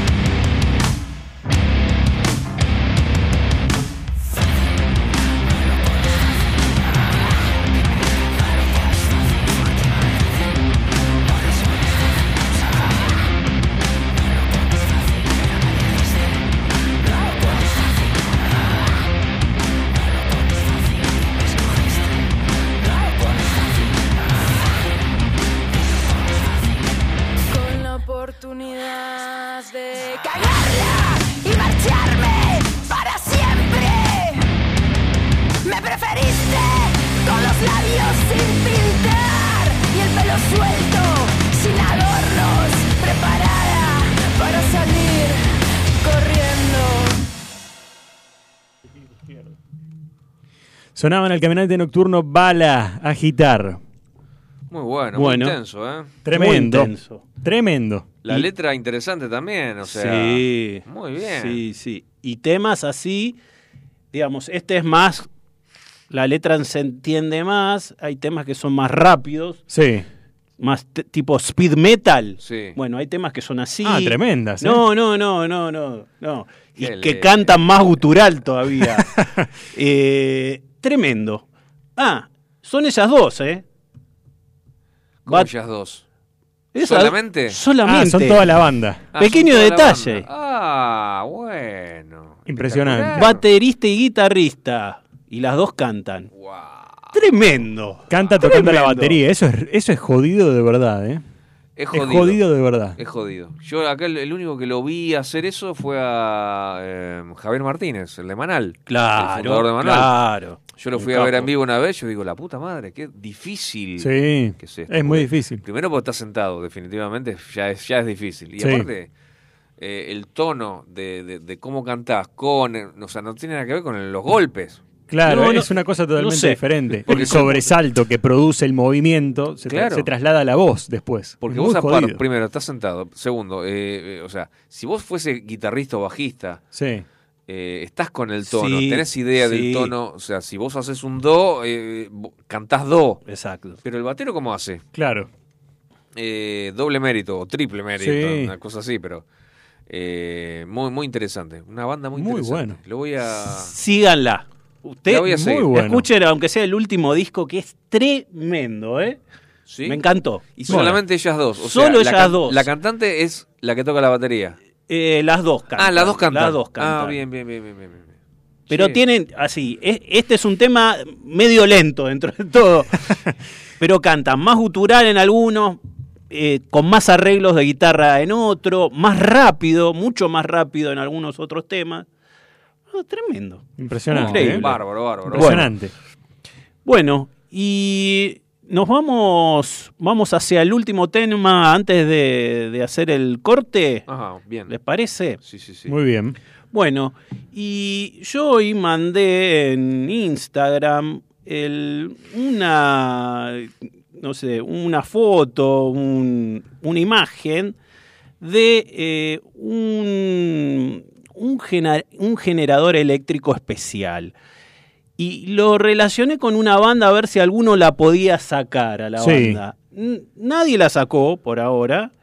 Con la oportunidad de cagarla y marcharme para siempre. Me preferiste con los labios sin pintar y el pelo suelto, sin adornos, preparada para salir corriendo. Sonaba en el caminante nocturno Bala, Agitar. Muy bueno, Bueno. muy intenso, ¿eh? Tremendo. Muy intenso. Tremendo. La Y- letra interesante también, o sea. Sí. Muy bien. Sí, sí. Y temas así, digamos, este es más, la letra se entiende más, hay temas que son más rápidos, Sí. más t- tipo speed metal. Sí. Bueno, hay temas que son así. Ah, tremendas, ¿eh? No, no, no, no, no, no. Y Qué que le- cantan más gutural todavía. Eh, tremendo. Ah, son ellas dos, ¿eh? ¿Cómo Va- ellas dos? Esas- ¿Solamente? Solamente. Ah, son toda la banda. Ah, Pequeño son toda la detalle. banda. Ah, bueno. Impresionante. Espectacular. Baterista y guitarrista. Y las dos cantan. Wow. Tremendo. Canta tocando la Tremendo. batería. Eso es, eso es jodido de verdad, ¿eh? Es Es jodido. jodido de verdad. Es jodido. Yo acá el, el único que lo vi hacer eso fue a eh, Javier Martínez, el de Manal. El Claro, fundador de Manal. claro. Yo lo Un fui a ver capo. en vivo una vez, yo digo, la puta madre, qué difícil. Sí. que es esto, Es muy porque difícil. Primero porque estás sentado, definitivamente, ya es, ya es difícil. Y Sí. aparte, eh, el tono de, de, de cómo cantás, con, eh, o sea, no tiene nada que ver con el- los golpes. Claro, No, no, es una cosa totalmente no sé. diferente. Porque el sobresalto que produce el movimiento se, tra- Claro. se traslada a la voz después. Porque Es vos muy aparte, jodido. primero, estás sentado. Segundo, eh, eh, o sea, si vos fuese guitarrista o bajista, Sí. eh, estás con el tono, Sí, tenés idea sí. del tono, o sea, si vos haces un do, eh, vo- cantás do. Exacto. Pero el batero, ¿cómo hace? Claro. Eh, doble mérito o triple mérito, Sí. una cosa así, pero eh, muy muy interesante. Una banda muy, Muy interesante. bueno. Lo voy a... Síganla. Usted La voy a seguir. Muy bueno. escuchen, aunque sea el último disco, que es tremendo, ¿eh? ¿Sí? Me encantó. Y Bueno. solamente ellas dos. O Solo sea, la ellas can- dos. La cantante es la que toca la batería. Eh, las dos cantan. Ah, las dos cantan. Las dos cantan. Ah, bien, bien, bien, bien, bien, bien. Pero Sí. tienen, así, es- este es un tema medio lento dentro de todo. Pero cantan más gutural en algunos, eh, con más arreglos de guitarra en otro, más rápido, mucho más rápido en algunos otros temas. Oh, tremendo. Impresionante. Increíble. ¿eh? Bárbaro, bárbaro. Impresionante. Bueno, y nos vamos, vamos hacia el último tema antes de, de hacer el corte. Ajá, bien. ¿Les parece? Sí, sí, sí. Muy bien. Bueno, y yo hoy mandé en Instagram el, una, no sé, una foto, un, una imagen de eh, un, un, gener, un generador eléctrico especial. Y lo relacioné con una banda a ver si alguno la podía sacar a la Sí. banda. N- nadie la sacó por ahora.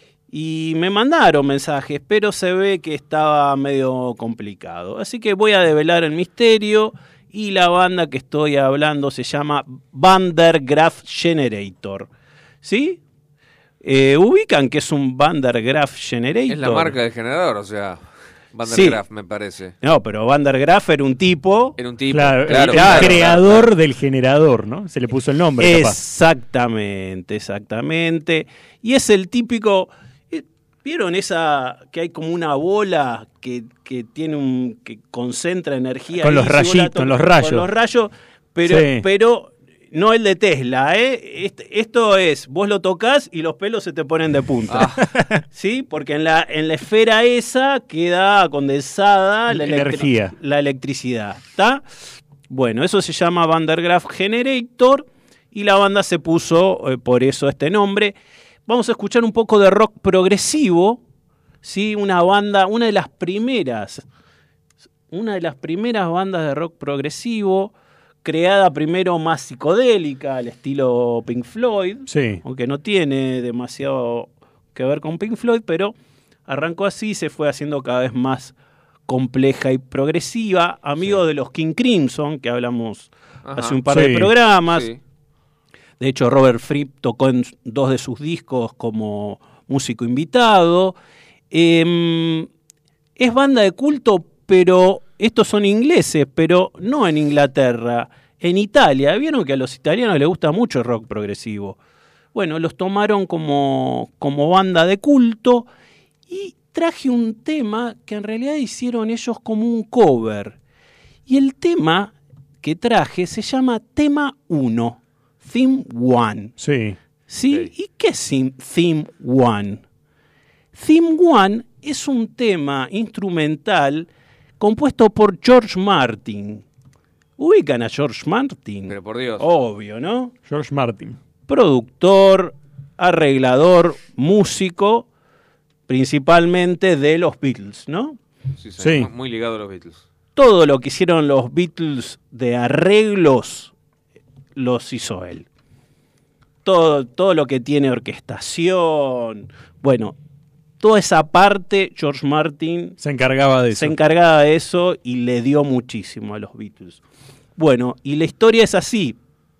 Y me mandaron mensajes, pero se ve que estaba medio complicado. Así que voy a develar el misterio. Y la banda que estoy hablando se llama Van der Graaf Generator. ¿Sí? Eh, ¿Ubican que es un Van der Graaf Generator? Es la marca del generador, o sea, Van der Sí. Graaf, me parece. No, pero Van der Graaf era un tipo... Era un tipo. Claro, claro, el claro, creador claro. del generador, ¿no? Se le puso el nombre, capaz. Exactamente, exactamente. Y es el típico... eh, ¿Vieron esa que hay como una bola que, que tiene un que concentra energía? Con ahí, los si vos la rayitos, tocas- los rayos. Con los rayos, pero, Sí. pero no el de Tesla, ¿eh? Este- esto es, vos lo tocas y los pelos se te ponen de punta. Ah. ¿Sí? Porque en la, en la esfera esa queda condensada la, electri- Energía. la electricidad. ¿Está? Bueno, eso se llama Van der Graaf Generator y la banda se puso eh, por eso este nombre. Vamos a escuchar un poco de rock progresivo, ¿sí? Una banda, una de las primeras, una de las primeras bandas de rock progresivo, creada primero más psicodélica, al estilo Pink Floyd, Sí. aunque no tiene demasiado que ver con Pink Floyd, pero arrancó así y se fue haciendo cada vez más compleja y progresiva, amigo Sí. de los King Crimson, que hablamos Ajá. hace un par Sí. de programas. Sí. De hecho, Robert Fripp tocó en dos de sus discos como músico invitado. Eh, es banda de culto, pero estos son ingleses, pero no en Inglaterra, en Italia. Vieron que a los italianos les gusta mucho el rock progresivo. Bueno, los tomaron como, como banda de culto y traje un tema que en realidad hicieron ellos como un cover. Y el tema que traje se llama Tema uno. Theme One. Sí. ¿Sí? Ok. ¿Y qué es Theme- Theme One? Theme One es un tema instrumental compuesto por George Martin. ¿Ubican a George Martin? Pero por Dios. Obvio, ¿no? George Martin. Productor, arreglador, músico, principalmente de los Beatles, ¿no? Sí, sí, Sí. Muy, muy ligado a los Beatles. Todo lo que hicieron los Beatles de arreglos los hizo él. Todo, todo lo que tiene orquestación, bueno, toda esa parte George Martin Se encargaba de eso. se encargaba de eso y le dio muchísimo a los Beatles. Bueno, y la historia es así.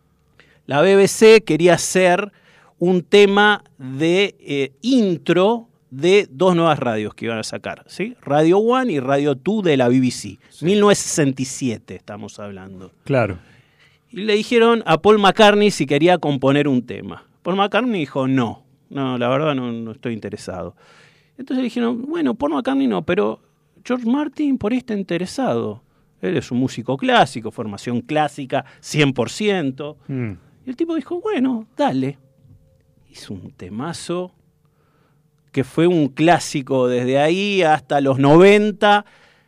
La B B C quería hacer un tema de eh, intro de dos nuevas radios que iban a sacar, ¿sí? Radio One y Radio dos de la B B C. mil novecientos sesenta y siete estamos hablando. Claro. Y le dijeron a Paul McCartney si quería componer un tema. Paul McCartney dijo, no, no, la verdad no, no estoy interesado. Entonces le dijeron, bueno, Paul McCartney no, pero George Martin por ahí está interesado. Él es un músico clásico, formación clásica, cien por ciento. Mm. Y el tipo dijo, bueno, dale. Hizo un temazo que fue un clásico desde ahí hasta los noventa.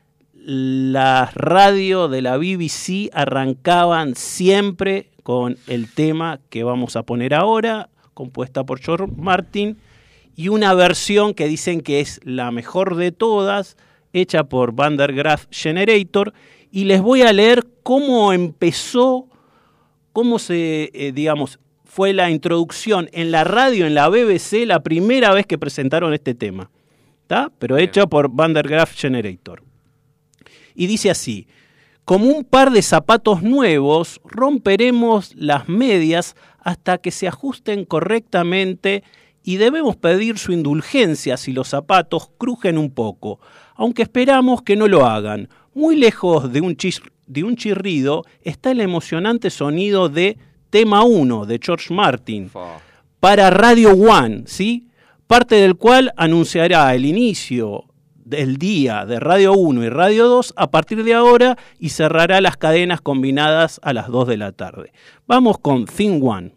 Las radios de la B B C arrancaban siempre con el tema que vamos a poner ahora, compuesta por George Martin, y una versión que dicen que es la mejor de todas, hecha por Van der Graaf Generator, y les voy a leer cómo empezó, cómo se, eh, digamos, fue la introducción en la radio, en la B B C, la primera vez que presentaron este tema, ¿tá? Pero Bien. hecha por Van der Graaf Generator. Y dice así, como un par de zapatos nuevos, romperemos las medias hasta que se ajusten correctamente y debemos pedir su indulgencia si los zapatos crujen un poco, aunque esperamos que no lo hagan. Muy lejos de un, chis- de un chirrido está el emocionante sonido de Tema uno de George Martin Fa. para Radio One, ¿sí? Parte del cual anunciará el inicio del día de Radio uno y Radio dos a partir de ahora y cerrará las cadenas combinadas a las dos de la tarde. Vamos con Thing One.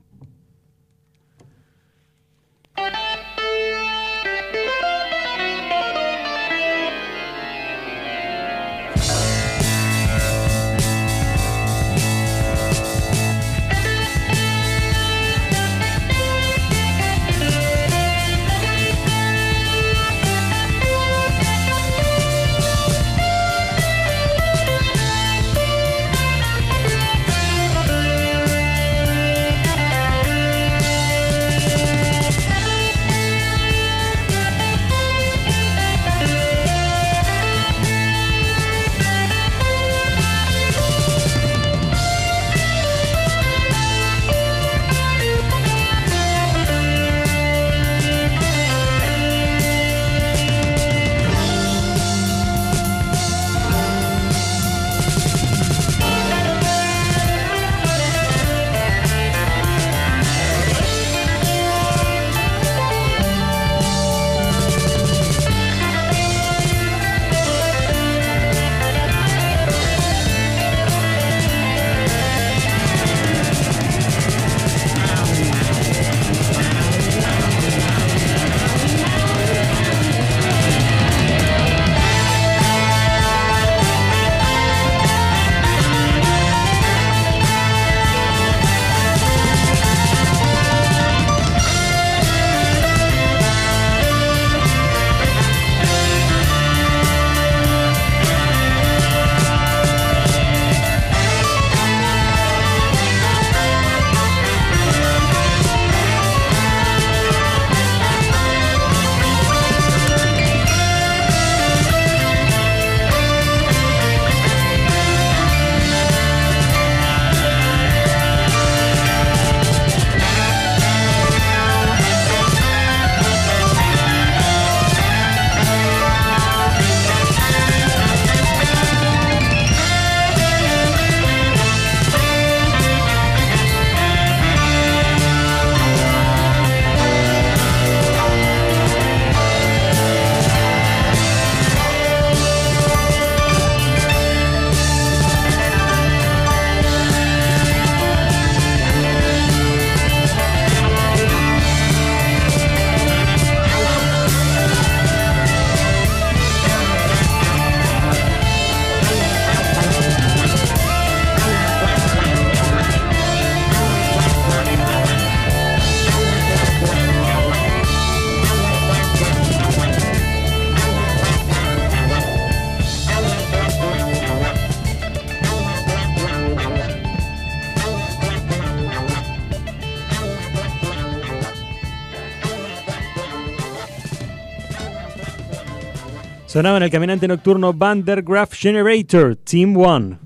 Sonaba en el Caminante Nocturno Van der Graaf Generator, Team One.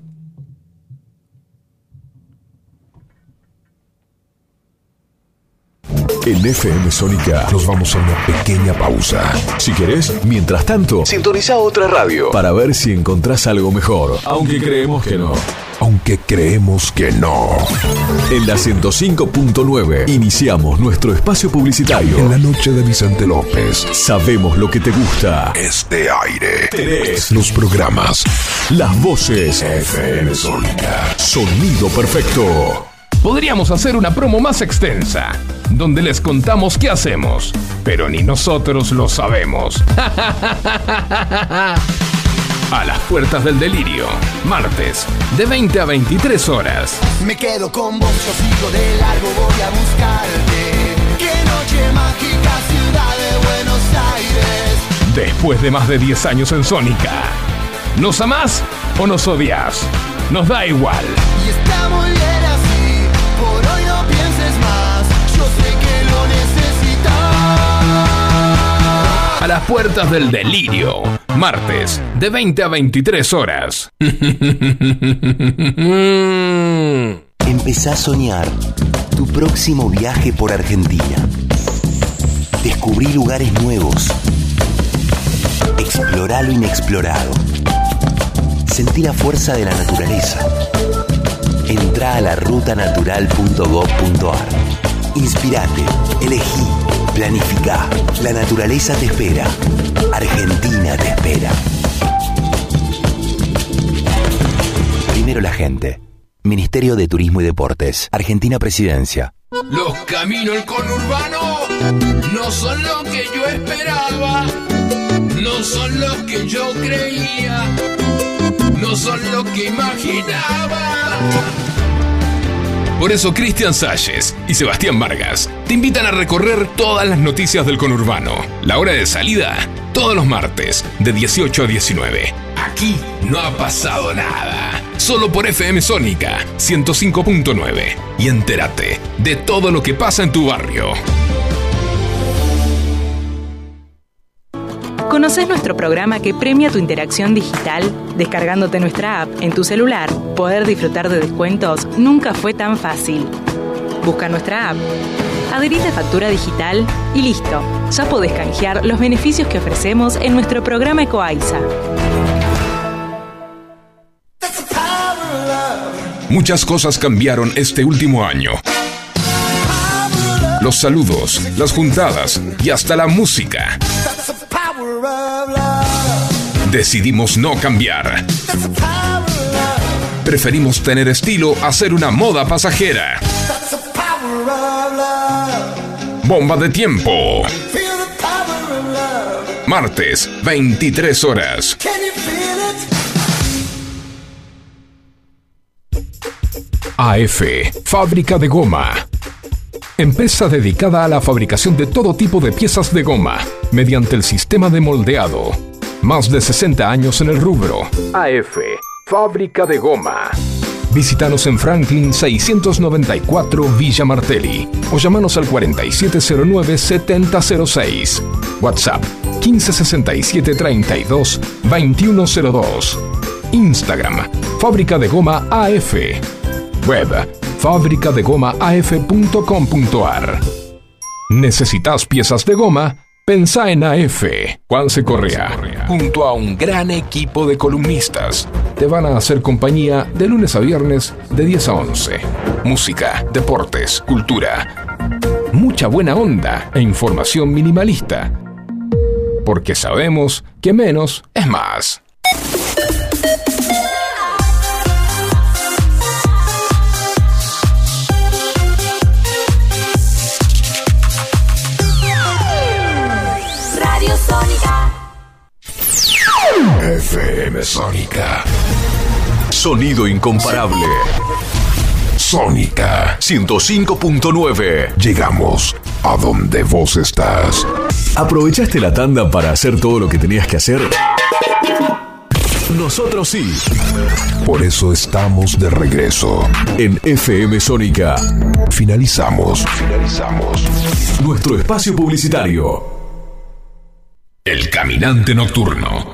En F M Sónica nos vamos a una pequeña pausa. Si querés, mientras tanto, sintoniza otra radio para ver si encontrás algo mejor. Aunque creemos que no. Aunque creemos que no. En la ciento cinco punto nueve iniciamos nuestro espacio publicitario. En la noche de Vicente López. Sabemos lo que te gusta. Este aire. Tenés los programas. Las voces. F M Sónica. Sonido perfecto. Podríamos hacer una promo más extensa, donde les contamos qué hacemos, pero ni nosotros lo sabemos. A las puertas del delirio, martes, de veinte a veintitrés horas. Me quedo con vos, yo sigo de largo, voy a buscarte. Qué noche mágica, ciudad de Buenos Aires. Después de más de diez años en Sónica, ¿nos amás o nos odias? Nos da igual. Y está muy bien así, por hoy no pienses más, yo sé que lo necesitas. A las puertas del delirio, martes, de veinte a veintitrés horas. Empezá a soñar tu próximo viaje por Argentina. Descubrí lugares nuevos. Explorá lo inexplorado. Sentí la fuerza de la naturaleza. Entrá a la ruta natural punto gob punto ar. Inspirate, elegí, Planificá. La naturaleza te espera. Argentina te espera. Primero la gente. Ministerio de Turismo y Deportes. Argentina Presidencia. Los caminos del conurbano no son lo que yo esperaba, no son lo que yo creía, no son lo que imaginaba. Por eso Cristian Salles y Sebastián Vargas te invitan a recorrer todas las noticias del conurbano. La hora de salida, todos los martes, de dieciocho a diecinueve. Aquí no ha pasado nada. Solo por F M Sónica ciento cinco punto nueve. Y entérate de todo lo que pasa en tu barrio. ¿Conocés nuestro programa que premia tu interacción digital? Descargándote nuestra app en tu celular, poder disfrutar de descuentos nunca fue tan fácil. Busca nuestra app, adherite a factura digital y listo. Ya podés canjear los beneficios que ofrecemos en nuestro programa Ecoaiza. Muchas cosas cambiaron este último año. Los saludos, las juntadas y hasta la música. Decidimos no cambiar. Preferimos tener estilo a ser una moda pasajera. Bomba de tiempo. Martes, veintitrés horas. A F, Fábrica de Goma. Empresa dedicada a la fabricación de todo tipo de piezas de goma mediante el sistema de moldeado. Más de sesenta años en el rubro. A F, Fábrica de Goma. Visítanos en Franklin seiscientos noventa y cuatro Villa Martelli o llamanos al cuarenta y siete cero nueve setenta cero seis. WhatsApp quince sesenta y siete treinta y dos veintiuno cero dos. Instagram Fábrica de Goma A F. Web fábrica de goma a f punto com punto a r. ¿Necesitas piezas de goma? Pensá en A F. Juanse Correa, junto a un gran equipo de columnistas, te van a hacer compañía de lunes a viernes de diez a once. Música, deportes, cultura, mucha buena onda e información minimalista. Porque sabemos que menos es más. F M Sónica. Sonido incomparable. Sónica ciento cinco punto nueve. Llegamos a donde vos estás. ¿Aprovechaste la tanda para hacer todo lo que tenías que hacer? Nosotros sí. Por eso estamos de regreso. En F M Sónica. Finalizamos. Finalizamos. Nuestro espacio publicitario. El Caminante Nocturno.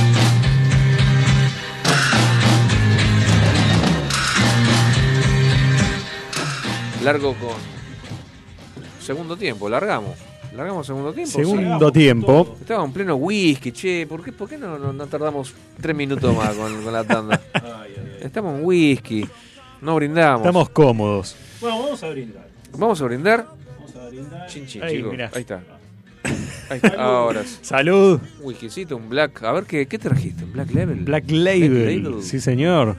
Largo con segundo tiempo, largamos. Largamos segundo tiempo. Segundo sí. tiempo. Estaba en pleno whisky, che. ¿Por qué, por qué no, no, no tardamos tres minutos más con, con la tanda? Ay, ay, ay. Estamos en whisky. No brindamos. Estamos cómodos. Bueno, vamos a brindar. ¿Vamos a brindar? Vamos a brindar. Chin, chin, Ahí, chicos. mirá. Ahí está. Ahí está. Ahora sí. Salud. Un whiskycito, un black. A ver, ¿qué, qué trajiste? ¿Un Black Label? Black Label. Black Label. Sí, señor.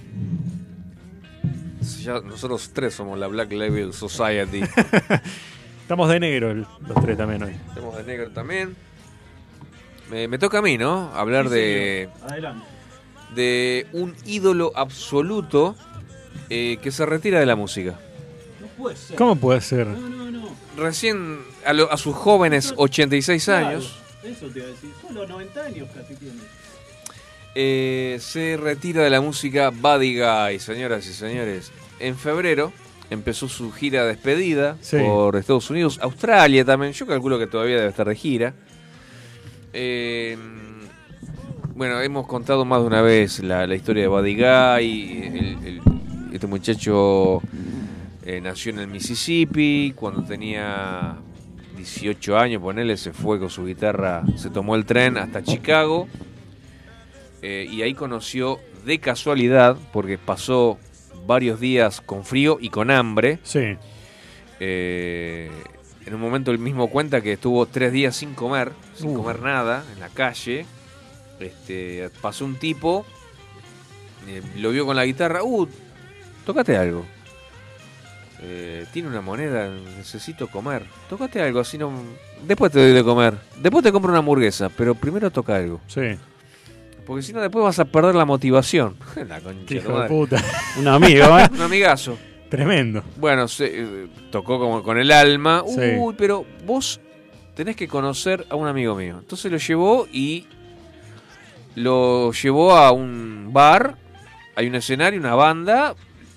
Ya nosotros tres somos la Black Label Society. Estamos de negro el, los tres también hoy. Estamos de negro también. Me, me toca a mí, ¿no? Hablar Sí, de, adelante. de un ídolo absoluto eh, que se retira de la música. No puede ser. ¿Cómo puede ser? No, no, no. Recién a, lo- a sus jóvenes ochenta y seis Claro, años eso te iba a decir. Solo noventa años casi tiene. eh, se retira de la música Buddy Guy, señoras y señores. En febrero empezó su gira de despedida Sí. por Estados Unidos, Australia también. Yo calculo que todavía debe estar de gira. Eh, bueno, hemos contado más de una vez la, la historia de Buddy Guy. El, el- este muchacho eh, nació en el Mississippi. Cuando tenía dieciocho años, ponele, se fue con su guitarra, se tomó el tren hasta Chicago. Eh, y ahí conoció de casualidad, porque pasó varios días con frío y con hambre, Sí. eh, en un momento él mismo cuenta que estuvo tres días sin comer, sin Uh. comer nada, en la calle. Este, pasó un tipo, eh, lo vio con la guitarra. Uh, tócate algo. Eh, tiene una moneda, necesito comer. Tócate algo, así no. Después te doy de comer. Después te compro una hamburguesa, pero primero toca algo. Sí. Porque si no, después vas a perder la motivación. La concha Hijo tu de madre. puta. Un amigo, ¿eh? Un amigazo. Tremendo. Bueno, se, eh, tocó como con el alma. Sí. Uy, pero vos tenés que conocer a un amigo mío. Entonces lo llevó y lo llevó a un bar. Hay un escenario, una banda.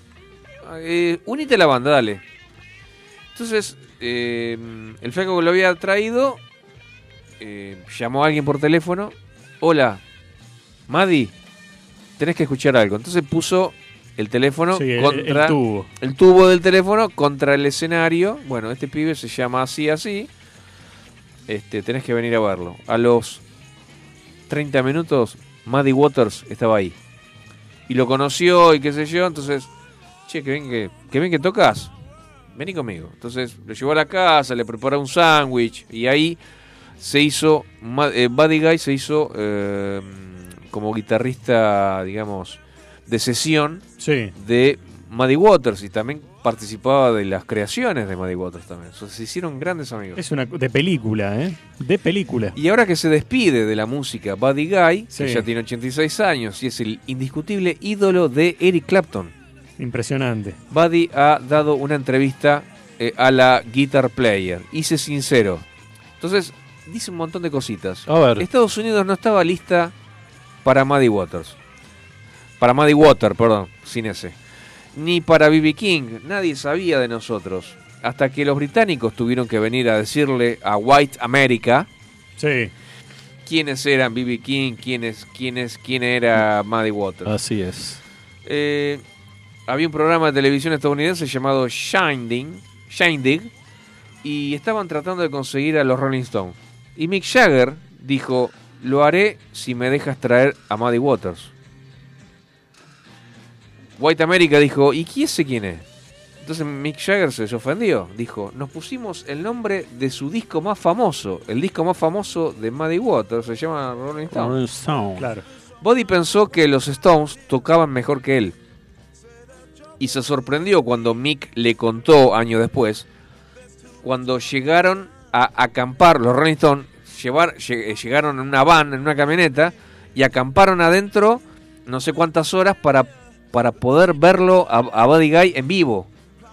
Eh, unite a la banda, dale. Entonces, eh, el flaco que lo había traído eh, llamó a alguien por teléfono. Hola, Madi, tenés que escuchar algo. Entonces puso el teléfono Sí, el- contra el tubo. el tubo del teléfono contra el escenario. Bueno, este pibe se llama así, así. Este, tenés que venir a verlo. A los treinta minutos, Muddy Waters estaba ahí. Y lo conoció y qué sé yo. Entonces, che, que bien que, que, bien que tocas. Vení conmigo. Entonces lo llevó a la casa, le preparó un sándwich. Y ahí se hizo, Ma- eh, Buddy Guy se hizo eh, como guitarrista, digamos, de sesión Sí. de Muddy Waters. Y también participaba de las creaciones de Muddy Waters también. O sea, se hicieron grandes amigos. Es una de película, ¿eh? De película. Y ahora que se despide de la música Buddy Guy, Sí. que ya tiene ochenta y seis años y es el indiscutible ídolo de Eric Clapton, Impresionante. Buddy ha dado una entrevista eh, a la Guitar Player. Hice sincero. Entonces, dice un montón de cositas. A ver. Estados Unidos no estaba lista para Muddy Waters. Para Muddy Water, perdón, sin ese. Ni para B B King. Nadie sabía de nosotros. Hasta que los británicos tuvieron que venir a decirle a White America Sí. quiénes eran B B King, quiénes, quiénes, quién era Muddy Waters. Así es. Eh, había un programa de televisión estadounidense llamado Shining, Shindig, y estaban tratando de conseguir a los Rolling Stones. Y Mick Jagger dijo, lo haré si me dejas traer a Muddy Waters. White America dijo, ¿y quién sé quién es? Entonces Mick Jagger se ofendió. Dijo, nos pusimos el nombre de su disco más famoso. El disco más famoso de Muddy Waters se llama Rolling Stone. Rolling Stone. Claro. Buddy pensó que los Stones tocaban mejor que él. Y se sorprendió cuando Mick le contó años después, cuando llegaron a acampar, los Rolling Stones llevar, lleg- llegaron en una van, en una camioneta, y acamparon adentro no sé cuántas horas para, para poder verlo a, a Buddy Guy en vivo.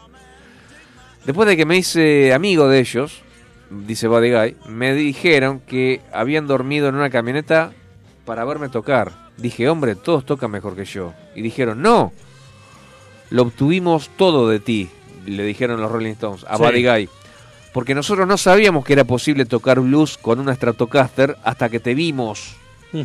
Después de que me hice amigo de ellos, dice Buddy Guy, me dijeron que habían dormido en una camioneta para verme tocar. Dije, hombre, todos tocan mejor que yo. Y dijeron, no, lo obtuvimos todo de ti, le dijeron los Rolling Stones a Sí. Buddy Guy. Porque nosotros no sabíamos que era posible tocar blues con una Stratocaster hasta que te vimos.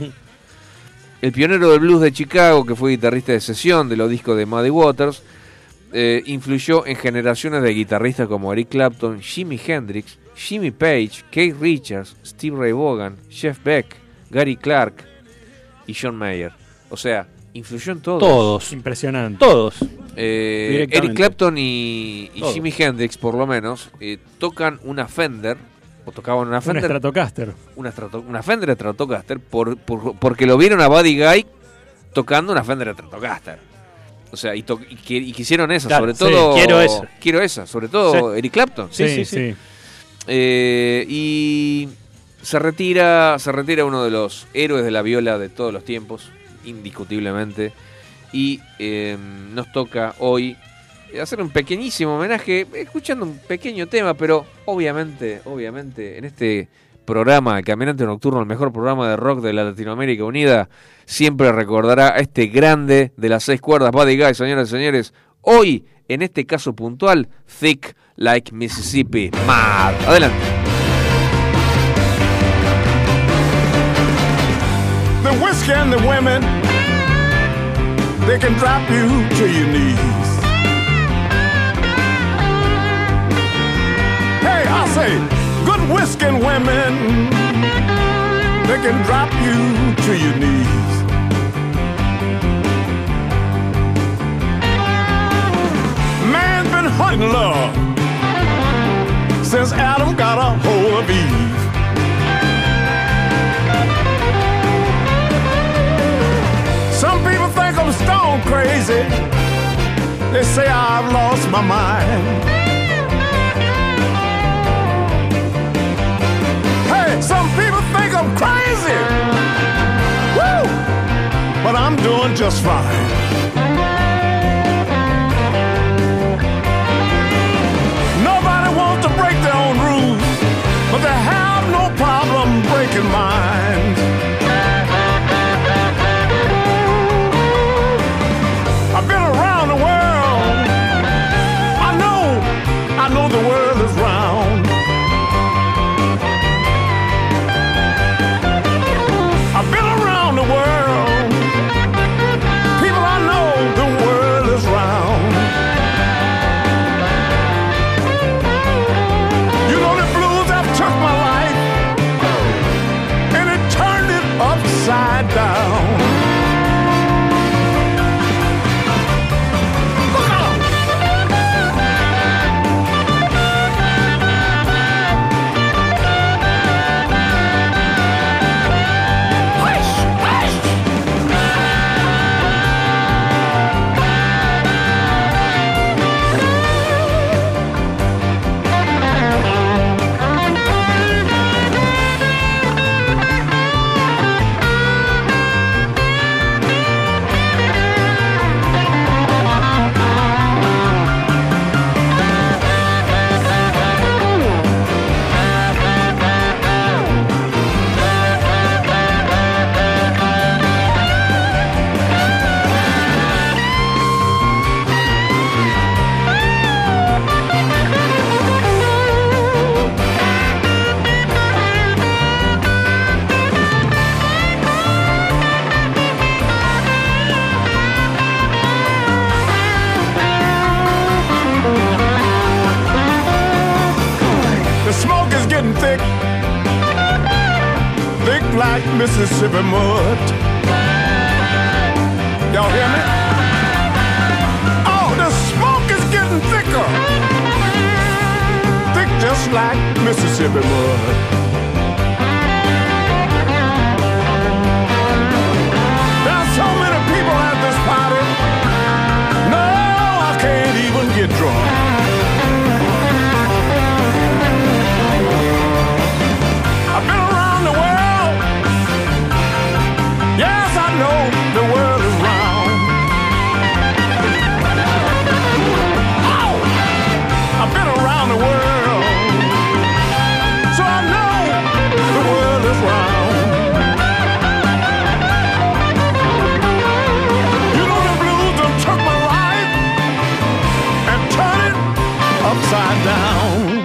El pionero del blues de Chicago, que fue guitarrista de sesión de los discos de Muddy Waters, eh, influyó en generaciones de guitarristas como Eric Clapton, Jimi Hendrix, Jimmy Page, Keith Richards, Steve Ray Vaughan, Jeff Beck, Gary Clark y John Mayer. O sea, influyó en todos. Todos. Impresionante. Todos. Eh, Directamente. Eric Clapton y, y Todo. Jimi Hendrix, por lo menos, eh, tocan una Fender, o tocaban una Un Fender, Stratocaster. una, Strato- una Fender Stratocaster, por, por- porque lo vieron a Buddy Guy tocando una Fender Stratocaster. O sea, y, to- y, qui- y quisieron esa, Claro, sobre sí, todo. quiero esa. Quiero esa, sobre todo Eric Clapton. Sí, Sí, sí, sí. sí. Eh, y se retira, se retira uno de los héroes de la viola de todos los tiempos, indiscutiblemente. Y eh, nos toca hoy hacer un pequeñísimo homenaje, escuchando un pequeño tema, pero obviamente, obviamente, en este programa, El Caminante Nocturno, el mejor programa de rock de la Latinoamérica Unida, siempre recordará a este grande de las seis cuerdas, Buddy Guy, señoras y señores. Hoy, en este caso puntual, Thick Like Mississippi. Mad. Adelante. The whiskey and the women, they can drop you to your knees. Hey, I say, good whiskey and women, they can drop you to your knees. Man's been hunting love since Adam got a hold of Eve. Some people think I'm stone crazy. They say I've lost my mind. Hey, some people think I'm crazy. Woo! But I'm doing just fine. Nobody wants to break their own rules, but they have no problem breaking mine. I've been around the world. I know, I know the world is round. I've been around the world. People, I know the world is round. You know the blues have took my life and it turned it upside down. Thick, thick like Mississippi mud. Y'all hear me? Oh, the smoke is getting thicker, thick just like Mississippi mud. There's so many people at this party. No, I can't even get drunk. I've been around the world. Yes, I know the world is round. Oh, I've been around the world, so I know the world is round. You know the blues done took my life and turned it upside down.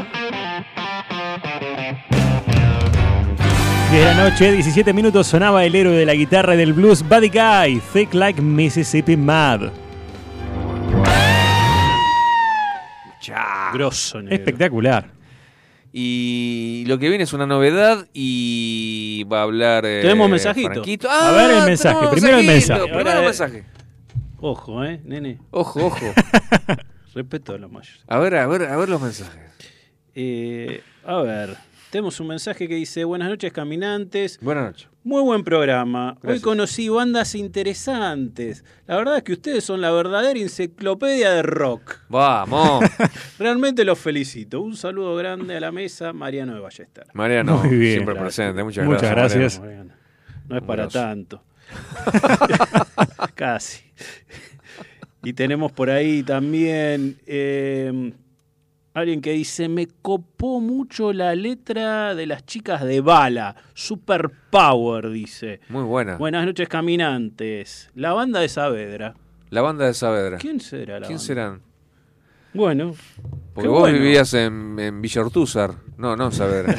diez de la noche, diecisiete minutos, sonaba el héroe de la guitarra y del blues, Buddy Guy, Thick Like Mississippi Mud. Grosso, negro. Espectacular. Y lo que viene es una novedad y va a hablar. Eh, Tenemos mensajito. Franquito. A Ah, ver el mensaje, tenemos primero el mensajito, mensaje. Primero el Ahora, mensaje. Ojo, eh, nene. Ojo, ojo. Respeto a los mayores. A ver, a ver, a ver los mensajes. Eh, a ver, tenemos un mensaje que dice: buenas noches, caminantes. Buenas noches. Muy buen programa. Gracias. Hoy conocí bandas interesantes. La verdad es que ustedes son la verdadera enciclopedia de rock. Vamos. Realmente los felicito. Un saludo grande a la mesa, Mariano de Ballester. Mariano, Muy bien. siempre Gracias. presente. Muchas, Muchas gracias. gracias. Mariano. No es para Grosso. tanto. Casi. Y tenemos por ahí también eh, alguien que dice: me copó mucho la letra de las chicas de Bala. Super Power, dice. Muy buena. Buenas noches, caminantes. La banda de Saavedra. La banda de Saavedra. ¿Quién será la ¿Quién banda? serán? Bueno. Porque qué vos bueno. vivías en, en Villa Ortúzar. No, no en Saavedra.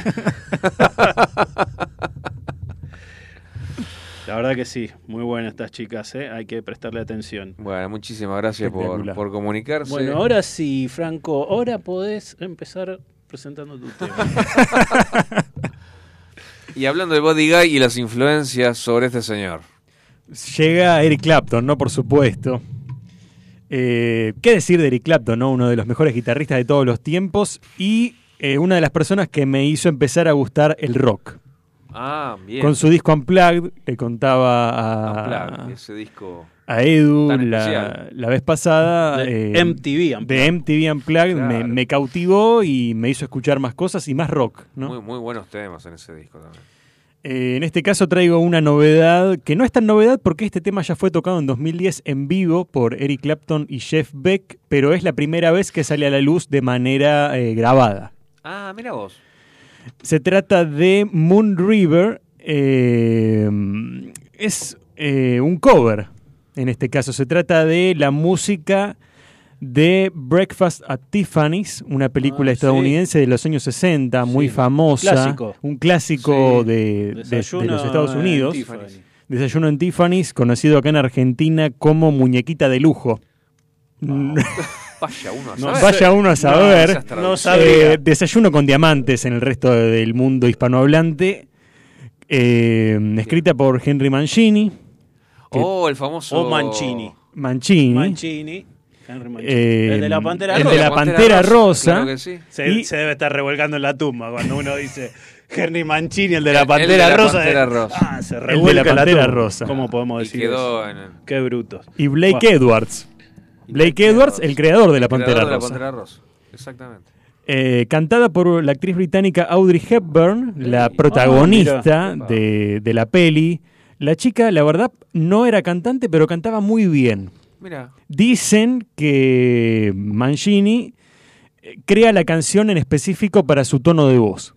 La verdad que sí, muy buenas estas chicas, ¿eh? Hay que prestarle atención. Bueno, muchísimas gracias por, por comunicarse. Bueno, ahora sí, Franco, ahora podés empezar presentando tu tema. Y hablando de Buddy Guy y las influencias sobre este señor. Llega Eric Clapton, ¿no? Por supuesto. Eh, ¿Qué decir de Eric Clapton, no? Uno de los mejores guitarristas de todos los tiempos y eh, una de las personas que me hizo empezar a gustar el rock. Ah, bien. Con su disco Unplugged, le contaba a, Unplugged, ese disco a Edu tan la, especial. la vez pasada. De eh, M T V Unplugged. De M T V Unplugged, Claro. me, me cautivó y me hizo escuchar más cosas y más rock, ¿no? Muy, muy buenos temas en ese disco también. Eh, en este caso traigo una novedad, que no es tan novedad porque este tema ya fue tocado en dos mil diez en vivo por Eric Clapton y Jeff Beck, pero es la primera vez que sale a la luz de manera eh, grabada. Ah, mira vos. Se trata de Moon River, eh, es eh, un cover, en este caso. Se trata de la música de Breakfast at Tiffany's, una película Ah, estadounidense sí. de los años sesenta, muy Sí. famosa. Clásico. Un clásico Sí. de, de- de Desayuno los Estados en Unidos. Tiffany's. Desayuno en Tiffany's, conocido acá en Argentina como muñequita de lujo. Vaya uno a No, saber. vaya uno a saber. esas traducciones. No sabría. Eh, desayuno con diamantes en el resto del mundo hispanohablante. Eh, escrita por Henry Mancini. Oh, el famoso... O Mancini. Mancini. Mancini. Henry Mancini. Eh, el de la Pantera el Rosa. de la Pantera Rosa. Claro que sí. Se, y- se debe estar revolcando en la tumba cuando uno dice Henry Mancini, el de la El- el Pantera de la Rosa. Pantera eh, Rosa. Ah, se El de revuelca la en Pantera tumba. Rosa. ¿Cómo podemos Y decir quedó eso? en el... Qué brutos. Y Blake Buah. Edwards. y Blake Edwards, el creador de la creador Pantera de la Rosa. Pantera Rosa. Exactamente. Eh, cantada por la actriz británica Audrey Hepburn, la protagonista Ah, mira. de, de la peli. La chica, la verdad, no era cantante, pero cantaba muy bien. Mira. Dicen que Mancini eh, crea la canción en específico para su tono de voz.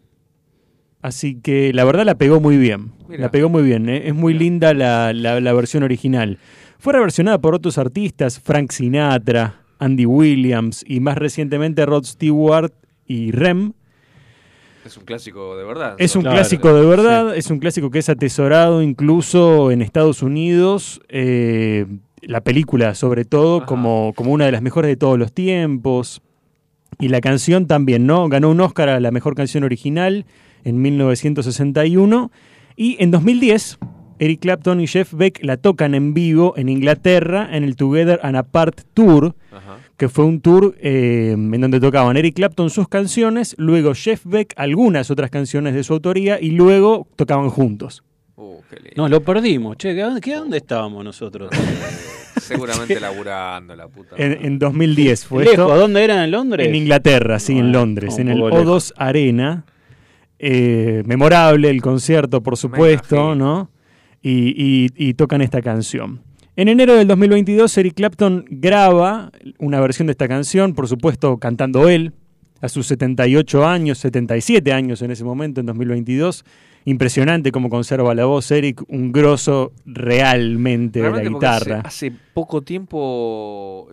Así que la verdad la pegó muy bien. Mira. La pegó muy bien. eh. Es muy Mira. linda la, la- la versión original. Fue reversionada por otros artistas, Frank Sinatra, Andy Williams y más recientemente Rod Stewart y Rem. Es un clásico de verdad. Es un Claro, clásico de verdad, es un clásico que es atesorado incluso en Estados Unidos, eh, la película sobre todo Ajá. como, como una de las mejores de todos los tiempos, y la canción también, ¿no? Ganó un Oscar a la mejor canción original en mil novecientos sesenta y uno, y en dos mil diez Eric Clapton y Jeff Beck la tocan en vivo en Inglaterra en el Together and Apart Tour, Ajá. que fue un tour eh, en donde tocaban Eric Clapton sus canciones, luego Jeff Beck algunas otras canciones de su autoría y luego tocaban juntos. Uh, qué lindo. No, lo perdimos. Che, ¿qué, dónde- qué- ¿dónde estábamos nosotros? Seguramente laburando la puta. En, en dos mil diez fue ¿Lejos? esto. ¿Dónde era? ¿En Londres? En Inglaterra, sí, en Ah, Londres, un en el poco O dos Arena. Eh, memorable el concierto, por supuesto, imagino. ¿no? Y, y- y tocan esta canción. En enero del dos mil veintidós, Eric Clapton graba una versión de esta canción, por supuesto cantando él, a sus setenta y ocho años, setenta y siete años en ese momento, en dos mil veintidós. Impresionante cómo conserva la voz Eric, un grosso realmente, Realmente de la porque guitarra. Hace, hace poco tiempo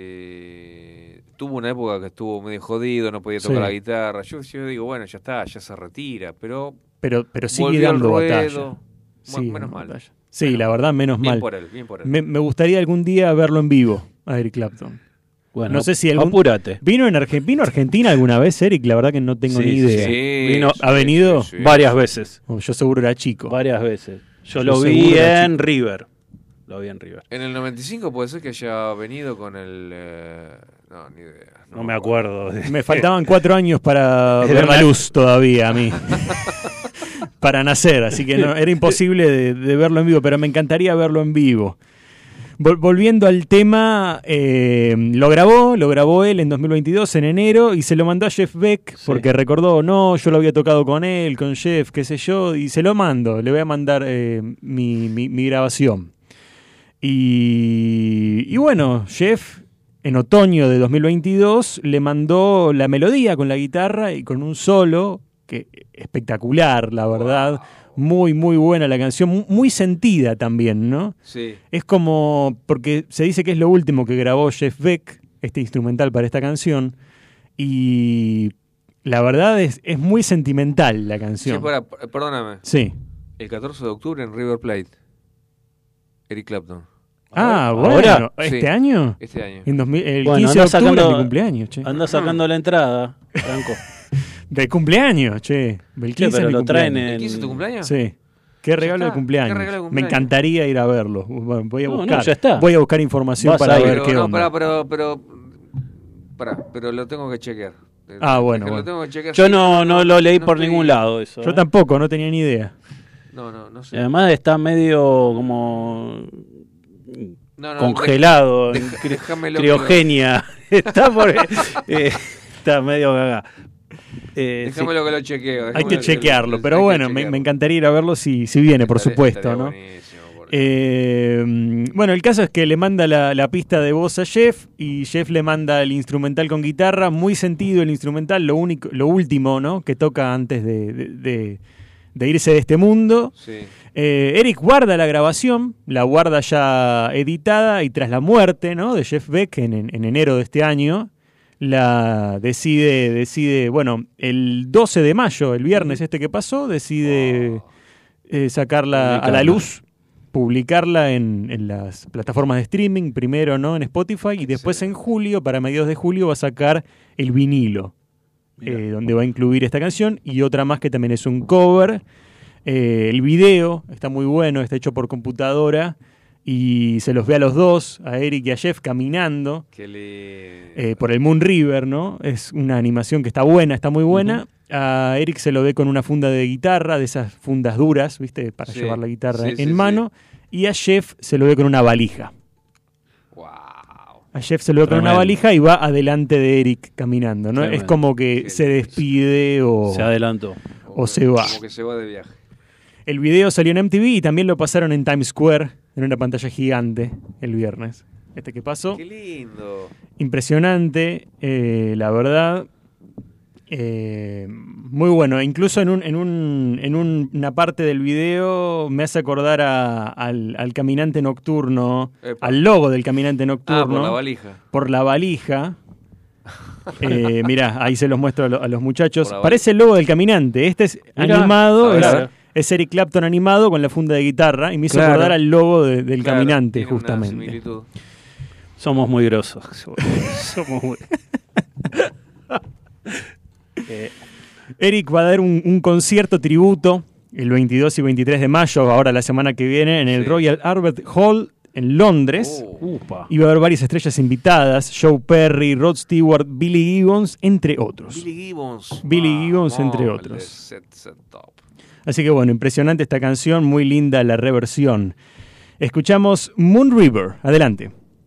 este, tuvo una época que estuvo medio jodido, no podía tocar Sí. la guitarra. Yo, yo digo, bueno, ya está, ya se retira, pero Pero, pero sigue volvió al dando ruedo. batalla. Bueno, Sigue menos dando mal. batalla. Sí, Menos la verdad, menos Bien mal. por él, bien por él. Me, me gustaría algún día verlo en vivo, a Eric Clapton. Bueno, No sé si algún- apúrate. ¿Vino, en Arge- ¿Vino a Argentina alguna vez, Eric? La verdad que no tengo Sí, ni sí, idea. Sí, Vino- sí, ¿ha venido? sí, sí. Varias veces. Oh, yo seguro era chico. Varias veces. Yo, Yo lo vi seguro era en River. Lo vi en River. En el noventa y cinco puede ser que haya venido con el... eh, no, ni idea. No me acuerdo. de- Me faltaban cuatro años para Era ver la una- luz todavía a mí. Para nacer, así que no, era imposible de, de verlo en vivo, pero me encantaría verlo en vivo. Vol- volviendo al tema, eh, lo grabó, lo grabó él en dos mil veintidós, en enero, y se lo mandó a Jeff Beck, Sí. porque recordó, no, yo lo había tocado con él, con Jeff, qué sé yo, y se lo mando, le voy a mandar eh, mi, mi- mi grabación. Y, y bueno, Jeff, en otoño de dos mil veintidós, le mandó la melodía con la guitarra y con un solo, que espectacular, la verdad, muy, muy buena la canción, mu- muy sentida también, ¿no? Sí. Es como, porque se dice que es lo último que grabó Jeff Beck, este instrumental para esta canción, y la verdad es, es muy sentimental la Sí, canción. para, perdóname. Sí. El catorce de octubre en River Plate. Eric Clapton. Ah, ¿Ahora? bueno, Sí. ¿este año? Este año. En dos mil el Bueno, quince de anda octubre es sacando- mi cumpleaños, che. Anda sacando la entrada, Franco. De cumpleaños, che. El Che, quince pero es mi lo traen cumpleaños. ¿El en... quince es tu cumpleaños? Sí. Qué regalo, está. de cumpleaños. Qué regalo de Me cumpleaños. encantaría ir a verlo. Bueno, voy a No, no, buscar. ya está. Voy a buscar información Vas para a ir. ver Pero, qué no, onda. pará, pero, pero, pará, pero lo tengo que chequear. Ah, bueno, que lo bueno. tengo que chequear. Yo no, no lo leí no por estoy- ningún lado eso. Yo ¿eh? tampoco, no tenía ni idea. No, no, no Y sé. además está medio como No, no, congelado, en deja- cri- déjamelo que criogenia. está por, eh, está medio gaga. Eh, sí. Déjamelo que lo chequeo. Hay déjamelo que lo- chequearlo, hay pero que bueno, me, chequearlo. me encantaría ir a verlo si, si viene, por Estaría- supuesto, estaría ¿no? buenísimo, porque- Eh, bueno, el caso es que le manda la, la pista de voz a Jeff y Jeff le manda el instrumental con guitarra, muy sentido el instrumental, lo único, lo último, ¿no? Que toca antes de, de- de- de irse de este mundo. Sí. Eh, Eric guarda la grabación, la guarda ya editada y tras la muerte, ¿no? de Jeff Beck en, en- en enero de este año, la decide, decide, bueno, el doce de mayo, el viernes este que pasó, decide eh, sacarla a la luz, publicarla en, en las plataformas de streaming, primero no en Spotify y después en julio, para mediados de julio, va a sacar el vinilo, eh, donde va a incluir esta canción y otra más que también es un cover. Eh, el video está muy bueno, está hecho por computadora y se los ve a los dos, a Eric y a Jeff, caminando Que le... eh, por el Moon River, ¿no? Es una animación que está buena, está muy buena. A Eric se lo ve con una funda de guitarra, de esas fundas duras, ¿viste? Para Sí, llevar la guitarra sí, en sí, mano. Y a Jeff se lo ve con una valija. Wow. A Jeff se lo ve con una Tremendo. valija y va adelante de Eric caminando, ¿no? Tremendo. Es como que Qué se lindo. despide o, Se adelantó. o se va. Como que se va de viaje. El video salió en M T V y también lo pasaron en Times Square, en una pantalla gigante, el viernes. Este que pasó. Qué lindo. Impresionante, eh, la verdad. Eh, muy bueno. Incluso en, un, en, un, en un- una parte del video me hace acordar a- al, al caminante nocturno, Epa. al logo del caminante nocturno. Ah, por la valija. Por la valija. Eh, mirá, ahí se los muestro a, lo- a los muchachos. Por la Parece el logo del caminante. Este es Mirá, animado, a ver, es, a ver. es Eric Clapton animado con la funda de guitarra y me hizo Claro. acordar al logo de- del Claro, caminante, tiene una justamente. similitud. Somos muy grosos. Somos muy... Eh, Eric va a dar un, un concierto tributo el veintidós y veintitrés de mayo, ahora la semana que viene, en el Sí. Royal Albert Hall en Londres. Oh. upa. Y va a haber varias estrellas invitadas, Joe Perry, Rod Stewart, Billy Gibbons, entre otros. Billy Gibbons. Billy Gibbons, Vamos, entre el otros. de Set, Set Top. Así que bueno, impresionante esta canción, muy linda la reversión. Escuchamos Moon River, adelante.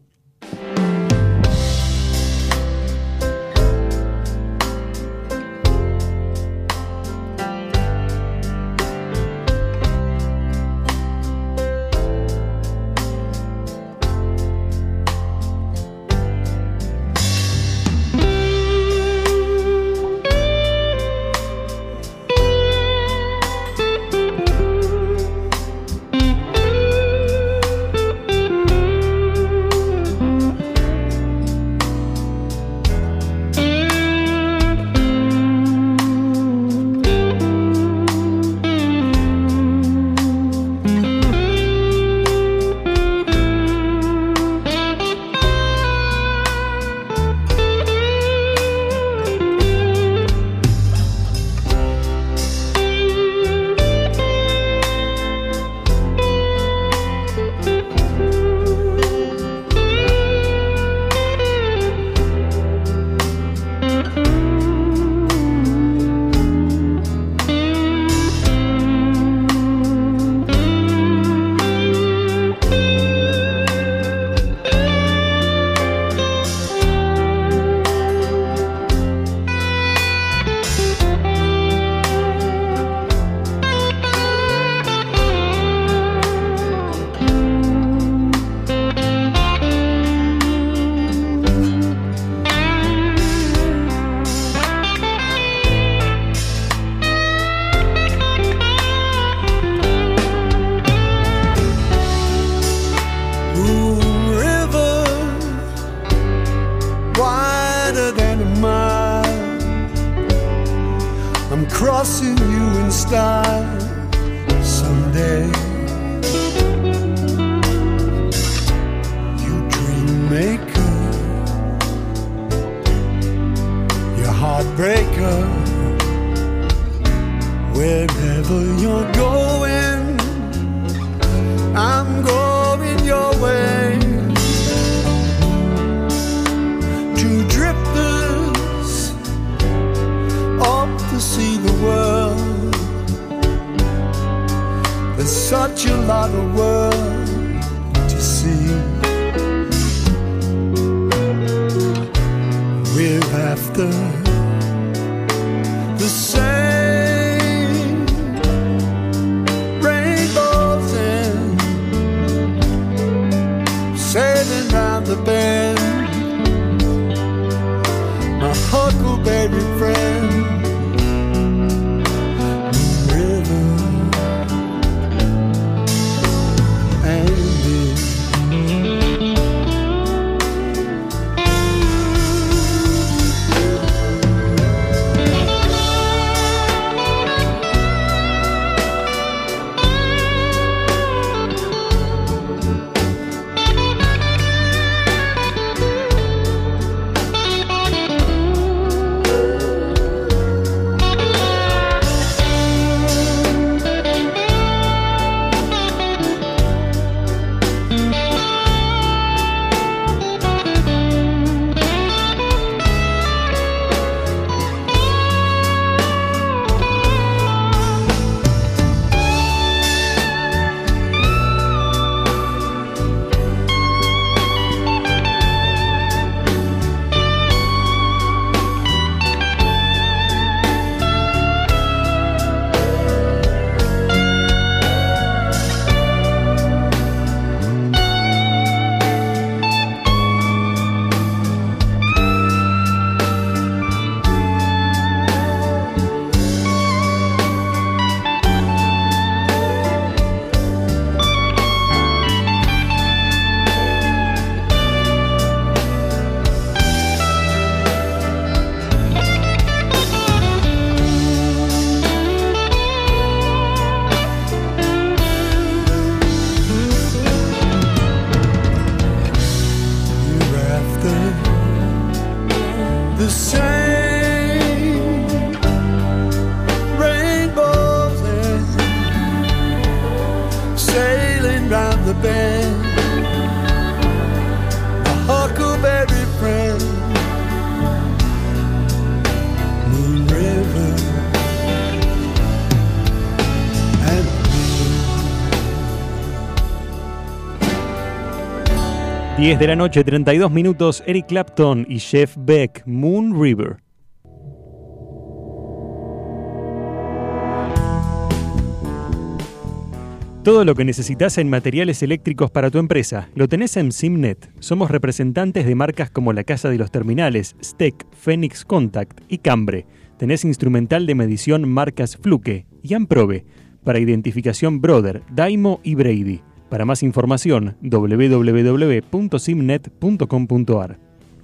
Moon River, wider than a mile. I'm crossing you in style someday. You dream maker, you heartbreaker. Wherever you're going, I'm going your way. Two drifters such a lot of world to see. We're after the same rainbows and sailing round the bend. My huckleberry friend, river and me. The same rainbows and sailing round the bend. A huckleberry friend, Moon River and diez de la noche, treinta y dos minutos, Eric Clapton y Jeff Beck, Moon River. Todo lo que necesitas en materiales eléctricos para tu empresa lo tenés en Simnet. Somos representantes de marcas como la Casa de los Terminales, Steck, Phoenix Contact y Cambre. Tenés instrumental de medición marcas Fluke y Amprobe para identificación Brother, Daimo y Brady. Para más información, doble u doble u doble u punto simnet punto com punto a r.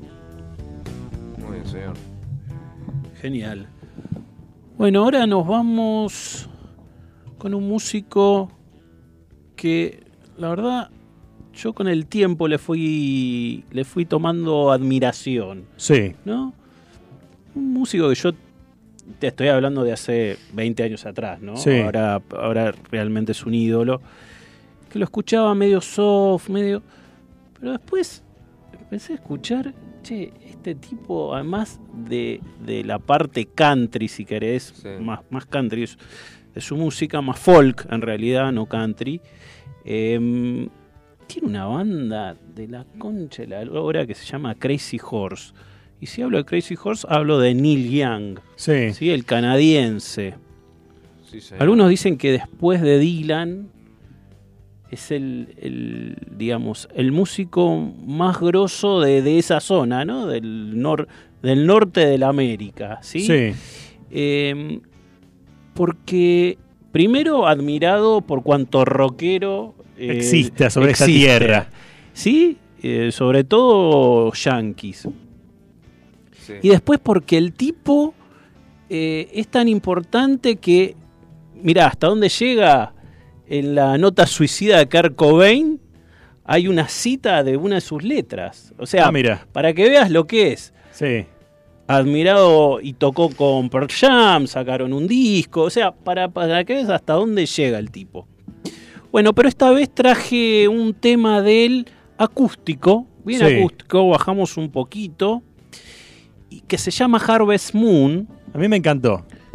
Muy bien, señor. Genial. Bueno, ahora nos vamos con un músico que, la verdad, yo con el tiempo le fui le fui tomando admiración. Sí. ¿No? Un músico que yo te estoy hablando de hace veinte años atrás, ¿no? Sí. Ahora, ahora realmente es un ídolo. Que lo escuchaba medio soft, medio... Pero después empecé a escuchar, che, este tipo, además de, de la parte country, si querés, Sí. más, más country, es, de su música, más folk en realidad, no country, eh, tiene una banda de la concha de la lora que se llama Crazy Horse. Y si hablo de Crazy Horse, hablo de Neil Young, Sí. ¿sí? El canadiense. Sí, señor. Algunos dicen que después de Dylan es el, el digamos, el músico más grosso de, de esa zona, ¿no? Del, nor, del norte de la América, ¿sí? Sí. Eh, porque, primero, admirado por cuanto rockero eh, Exista sobre esta existe, tierra. ¿sí? Eh, sobre todo yanquis. Sí. Y después porque el tipo eh, es tan importante que, mirá, hasta dónde llega en la nota suicida de Kurt Cobain, hay una cita de una de sus letras. O sea, Ah, mira. para que veas lo que es. Sí. Admirado y tocó con Pearl Jam, sacaron un disco. O sea, para, para que veas hasta dónde llega el tipo. Bueno, pero esta vez traje un tema de él acústico, bien Sí. acústico, bajamos un poquito, y que se llama Harvest Moon. A mí me encantó.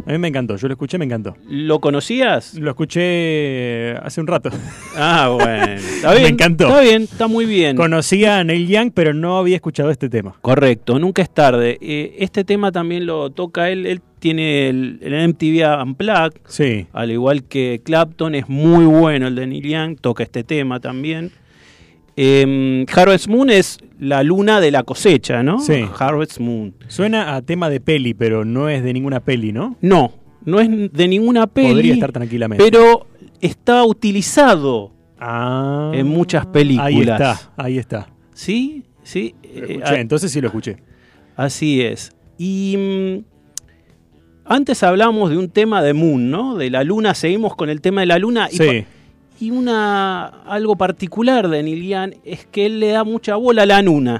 A mí me encantó, yo lo escuché, me encantó. ¿Lo conocías? Lo escuché hace un rato. Ah, bueno. Está bien. Me encantó. Está bien, está muy bien. Conocía a Neil Young, pero no había escuchado este tema. Correcto, nunca es tarde. Eh, este tema también lo toca él. Él tiene el, el M T V Unplugged. Sí. Al igual que Clapton, es muy bueno el de Neil Young. Toca este tema también. Eh, Harvest Moon es la luna de la cosecha, ¿no? Sí. Harvest Moon. Suena a tema de peli, pero no es de ninguna peli, ¿no? No, no es de ninguna peli. Podría estar tranquilamente. Pero está utilizado ah, en muchas películas. Ahí está, ahí está. ¿Sí? Sí. Lo escuché, Eh, entonces sí lo escuché. Así es. Y mmm, antes hablamos de un tema de Moon, ¿no? De la luna, seguimos con el tema de la luna. Y Sí. Y una algo particular de Neil Young es que él le da mucha bola a la luna.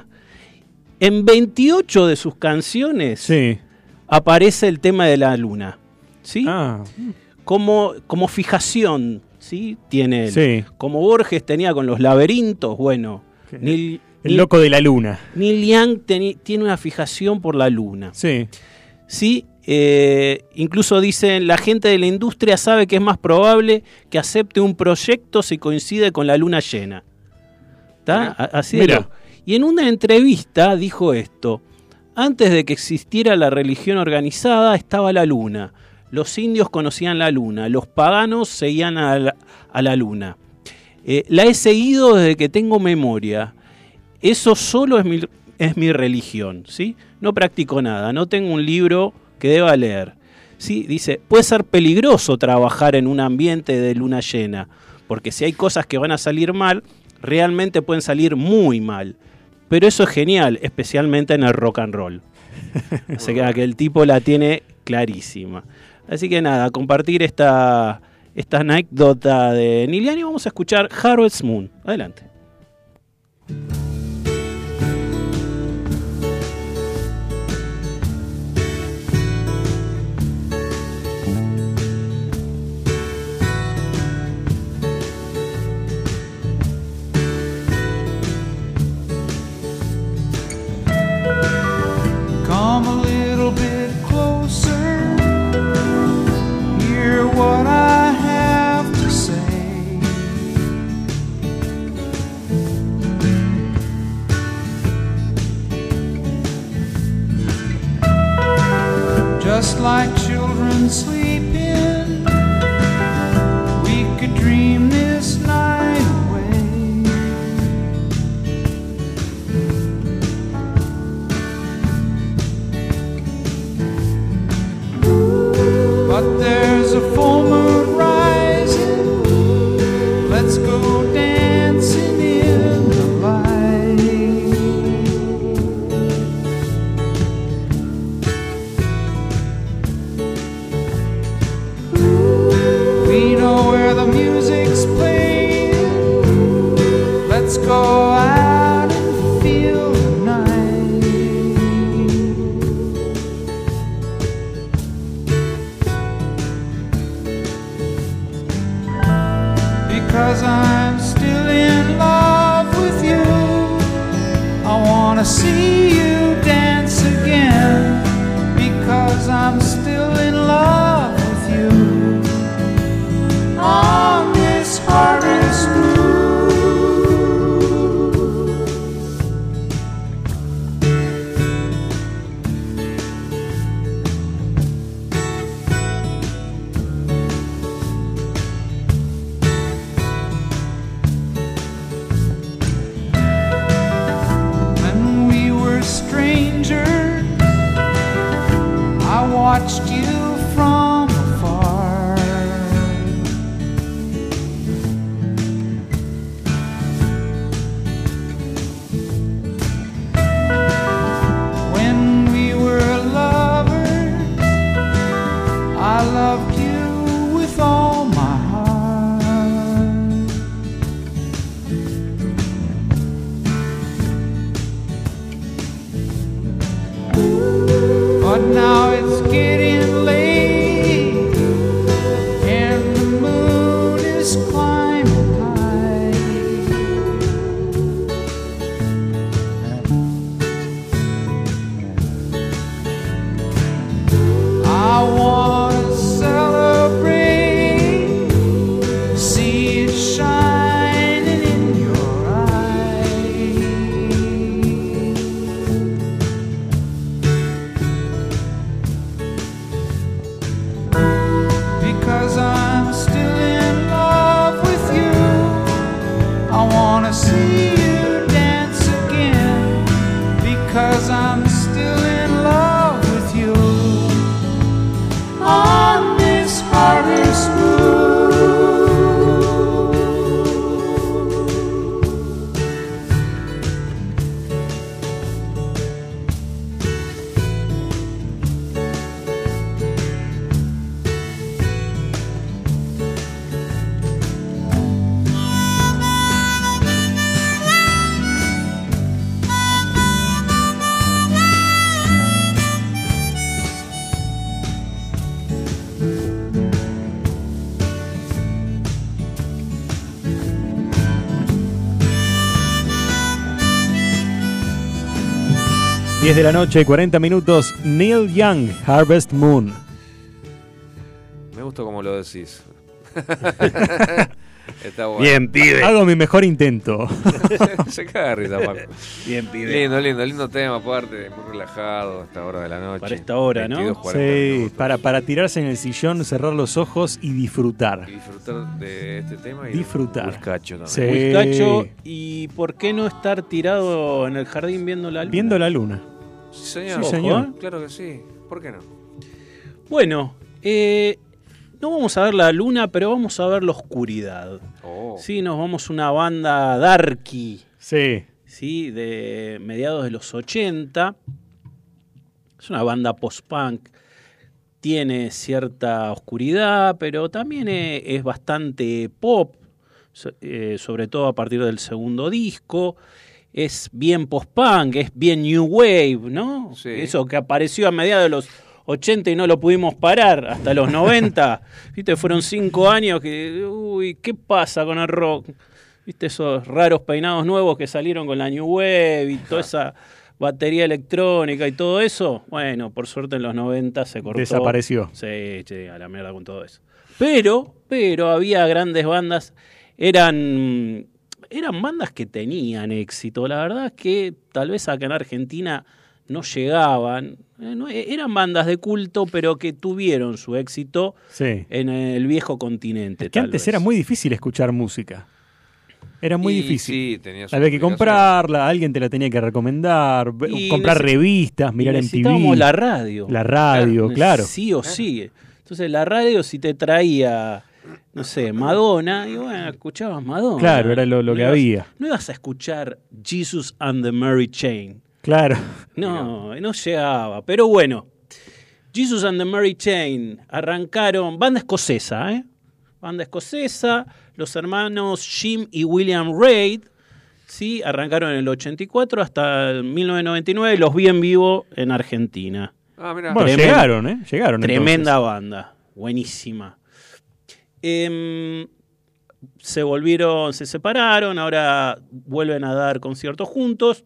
En veintiocho de sus canciones sí. aparece el tema de la luna, ¿sí? Ah. Como, como fijación, ¿sí? Tiene él. Sí. Como Borges tenía con los laberintos, bueno. Neil, El loco de la luna. Neil Young teni, tiene una fijación por la luna. Sí. Sí. Eh, incluso dicen, la gente de la industria sabe que es más probable que acepte un proyecto si coincide con la luna llena. ¿Está? Así de loco. Y en una entrevista dijo esto: antes de que existiera la religión organizada estaba la luna. Los indios conocían la luna, los paganos seguían a la, a la luna. Eh, la he seguido desde que tengo memoria. Eso solo es mi, es mi religión, ¿sí? No practico nada, no tengo un libro que deba leer. Sí, dice, puede ser peligroso trabajar en un ambiente de luna llena, porque si hay cosas que van a salir mal, realmente pueden salir muy mal. Pero eso es genial, especialmente en el rock and roll. Así que, que el tipo la tiene clarísima. Así que nada, compartir esta, esta anécdota de Neil Young y vamos a escuchar Harvest Moon. Adelante. Come a little bit closer, hear what I have to say. Just like children sleeping, we could dream this night away. But there's a full moon rising, let's go dancing in the light. We know where the music's playing, let's go out and feel the night. Because I'm still in love with you, I wanna see you dance again. Because I'm still in love with you on this harvest moon. When we were strangers, I watched you from afar. When we were lovers, I loved you with all my heart. But now it's getting late, and the moon is climbing high. I wanna I'm still in love with you. On this harvest moon. diez de la noche, cuarenta minutos, Neil Young, Harvest Moon. Me gusta como lo decís. Está bueno. Bien, pibe. Hago mi mejor intento. Se caga de risa, Paco. Bien, pibe. Lindo, lindo, lindo tema, aparte, muy relajado a esta hora de la noche. Para esta hora, ¿no? Sí, para, para tirarse en el sillón, cerrar los ojos y disfrutar. Y disfrutar de este tema y disfrutar. de Whiskacho también. Sí. Whiskacho, y ¿por qué no estar tirado en el jardín viendo la luna? Viendo la luna. Sí, señor. Sí, señor. Ojo, ¿eh? Claro que sí. ¿Por qué no? Bueno, eh, no vamos a ver la luna, pero vamos a ver la oscuridad. Oh. Sí, nos vamos a una banda darky. Sí. Sí, de mediados de los ochenta. Es una banda post-punk. Tiene cierta oscuridad, pero también es, es bastante pop, eh, sobre todo a partir del segundo disco. Es bien post-punk, es bien new wave, ¿no? Sí. Eso que apareció a mediados de los ochenta y no lo pudimos parar hasta los noventa. ¿Viste? Fueron cinco años que, uy, ¿qué pasa con el rock? ¿Viste? Esos raros peinados nuevos que salieron con la new wave y toda esa batería electrónica y todo eso. Bueno, por suerte en los noventa se cortó. Desapareció. Sí, sí, a la mierda con todo eso. Pero, pero había grandes bandas, eran... Eran bandas que tenían éxito. La verdad es que tal vez acá en Argentina no llegaban. Eh, no, eran bandas de culto, pero que tuvieron su éxito sí. en el viejo continente. Es que antes vez. era muy difícil escuchar música. Era muy y, difícil. Sí, tenía su Había que comprarla, alguien te la tenía que recomendar, y comprar neces- revistas, mirar en T V. Necesitábamos la radio. La radio, claro. Sí o sí. Entonces la radio, si te traía, no sé, Madonna, y bueno, escuchabas Madonna. Claro, era lo, lo no que ibas, había. No ibas a escuchar Jesus and the Mary Chain. Claro. No, no llegaba. Pero bueno, Jesus and the Mary Chain arrancaron, banda escocesa, ¿eh? Banda escocesa, los hermanos Jim y William Reid, ¿sí? Arrancaron en el ochenta y cuatro hasta mil novecientos noventa y nueve, los vi en vivo en Argentina. Ah, mirá. Bueno, Tremenda, llegaron, ¿eh? Llegaron. Tremenda entonces. banda, buenísima. Eh, se volvieron, se separaron, ahora vuelven a dar conciertos juntos.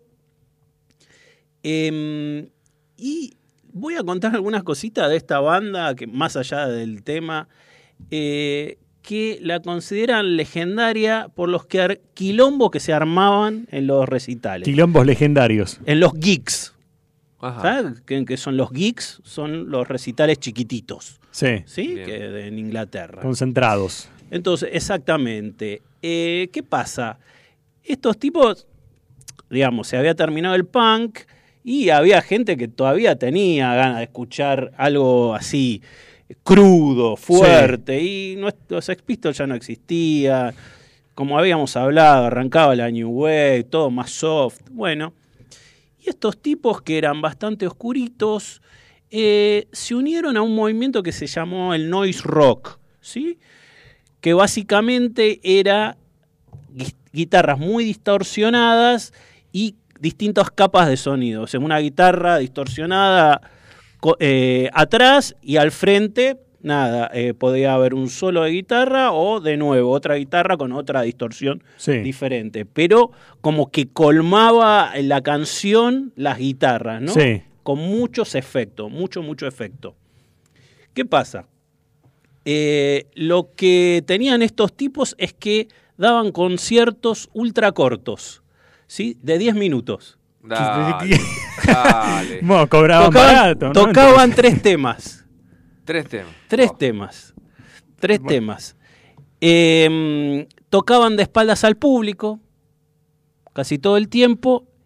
Eh, y voy a contar algunas cositas de esta banda, que más allá del tema, eh, que la consideran legendaria por los que ar- quilombos que se armaban en los recitales. Quilombos legendarios. En los gigs. Ajá. ¿Sabes qué, qué son los gigs? Son los recitales chiquititos. Sí. ¿Sí? Bien. Que de, en Inglaterra. Concentrados. Entonces, exactamente. Eh, ¿Qué pasa? Estos tipos, digamos, se había terminado el punk y había gente que todavía tenía ganas de escuchar algo así crudo, fuerte. Sí. Y los Sex Pistols ya no existían. Como habíamos hablado, arrancaba la New Wave, todo más soft. Bueno, y estos tipos que eran bastante oscuritos eh, se unieron a un movimiento que se llamó el noise rock, ¿sí? Que básicamente era gui- guitarras muy distorsionadas y distintas capas de sonido. O sea, una guitarra distorsionada co- eh, atrás y al frente, nada, eh, podía haber un solo de guitarra o de nuevo otra guitarra con otra distorsión Sí. diferente. Pero como que colmaba en la canción las guitarras, ¿no? Sí. Con muchos efectos, mucho, mucho efecto. ¿Qué pasa? Eh, lo que tenían estos tipos es que daban conciertos ultra cortos, ¿sí? De diez minutos. Dale, dale. Bueno, cobraban Tocaban, barato, ¿no? tocaban Entonces- tres temas. Tres temas. Tres Oh. temas. Tres temas. Eh, tocaban de espaldas al público casi todo el tiempo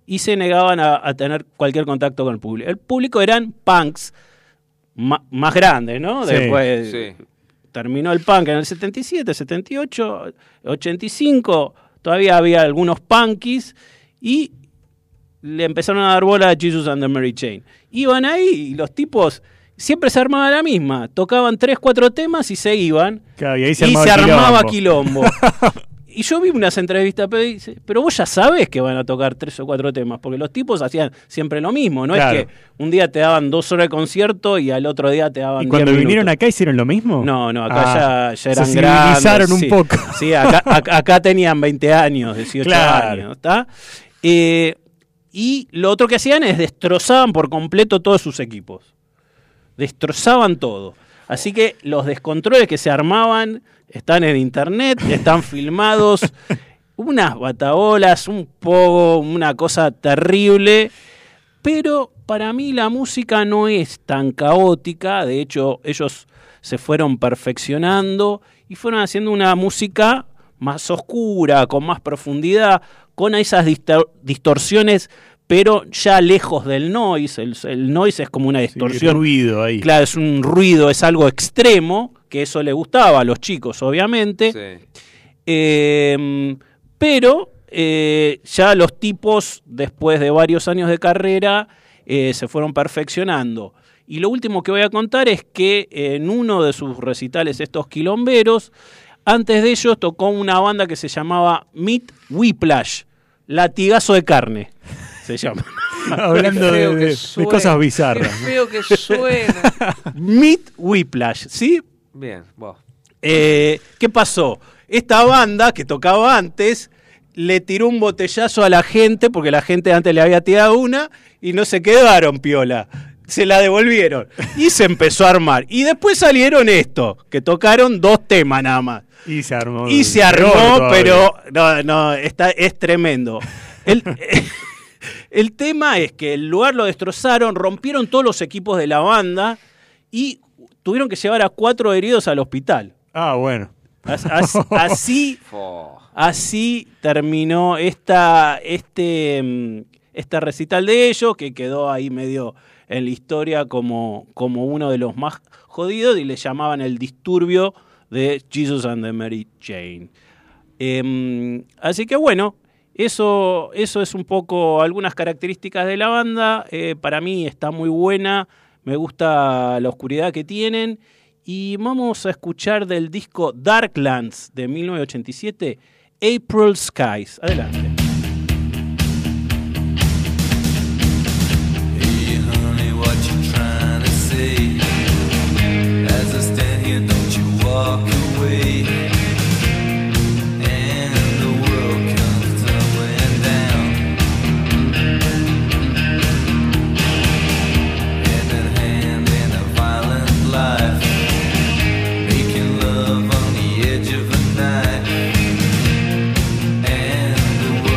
y se negaban a, a tener cualquier contacto con el público. El público eran punks ma, más grandes, ¿no? Sí, Después sí. terminó el punk en el setenta y siete, setenta y ocho, ochenta y cinco, todavía había algunos punkies y le empezaron a dar bola a Jesus and the Mary Chain. Iban ahí y los tipos siempre se armaba la misma, tocaban tres, cuatro temas y se iban. Claro, y ahí se y armaba, se quilombo. armaba quilombo. Y yo vi unas entrevistas, pero, dice, pero vos ya sabés que van a tocar tres o cuatro temas, porque los tipos hacían siempre lo mismo, no Claro. es que un día te daban dos horas de concierto y al otro día te daban ¿Y cuando diez vinieron minutos. acá hicieron lo mismo? No, no, acá Ah, ya, ya eran se grandes. civilizaron un sí. poco. Sí, acá, acá, acá tenían veinte años, dieciocho Claro. años, ¿está? Eh, y lo otro que hacían es destrozaban por completo todos sus equipos. Destrozaban todo. Así que los descontroles que se armaban están en internet, están filmados. Unas batabolas, un poco, una cosa terrible. Pero para mí la música no es tan caótica. De hecho, ellos se fueron perfeccionando y fueron haciendo una música más oscura, con más profundidad, con esas distor- distorsiones, pero ya lejos del noise. El, el noise es como una distorsión. Sí, ruido ahí. Claro, es un ruido, es algo extremo, que eso le gustaba a los chicos, obviamente. Sí. Eh, pero eh, ya los tipos, después de varios años de carrera, eh, se fueron perfeccionando. Y lo último que voy a contar es que en uno de sus recitales, estos quilomberos, antes de ellos tocó una banda que se llamaba Meat Whiplash, Latigazo de Carne, se llama. Hablando Qué de, feo que de- de suena, cosas Qué bizarras. feo que suena. Meat Whiplash, ¿sí? Bien, vos. Eh, ¿Qué pasó? Esta banda que tocaba antes le tiró un botellazo a la gente porque la gente antes le había tirado una y no se quedaron piola. Se la devolvieron y se empezó a armar. Y después salieron esto, que tocaron dos temas nada más. Y se armó. Y se peor armó, todavía. pero no, no, está, es tremendo. El, el tema es que el lugar lo destrozaron, rompieron todos los equipos de la banda y tuvieron que llevar a cuatro heridos al hospital. Ah, bueno. As- as- Así, Fo. así terminó esta, este, mm, este recital de ellos, que quedó ahí medio en la historia como, como uno de los más jodidos, y le llamaban el disturbio de Jesus and the Mary Chain. Eh, así que bueno, eso, eso es un poco algunas características de la banda. Eh, para mí está muy buena, me gusta la oscuridad que tienen. Y vamos a escuchar del disco Darklands de mil novecientos ochenta y siete, April Skies. Adelante. Hey honey, what you trying to say? As I stand here, don't you walk away. And the world comes tumbling down. Hand in hand in a violent life, making love on the edge of a knife. And the world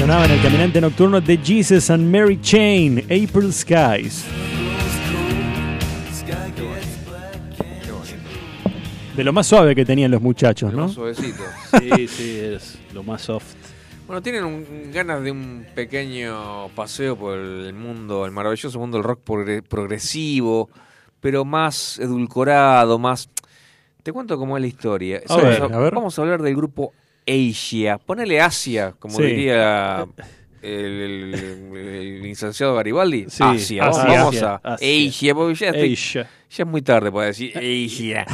Sonaba en el Caminante Nocturno de Jesus and Mary Chain, April Skies. De lo más suave que tenían los muchachos, Lo ¿no? más suavecito. Sí, sí, es lo más soft. Bueno, tienen un- ganas de un pequeño paseo por el mundo, el maravilloso mundo del rock progre- progresivo, pero más edulcorado, más... Te cuento cómo es la historia. A Vamos ver, a, a ver. vamos a hablar del grupo Asia. Ponele Asia, como Sí. diría el, el- el licenciado Garibaldi. Sí, Asia. Asia. Vamos a Asia. Asia, porque ya, estoy- Asia. ya es muy tarde para decir Asia.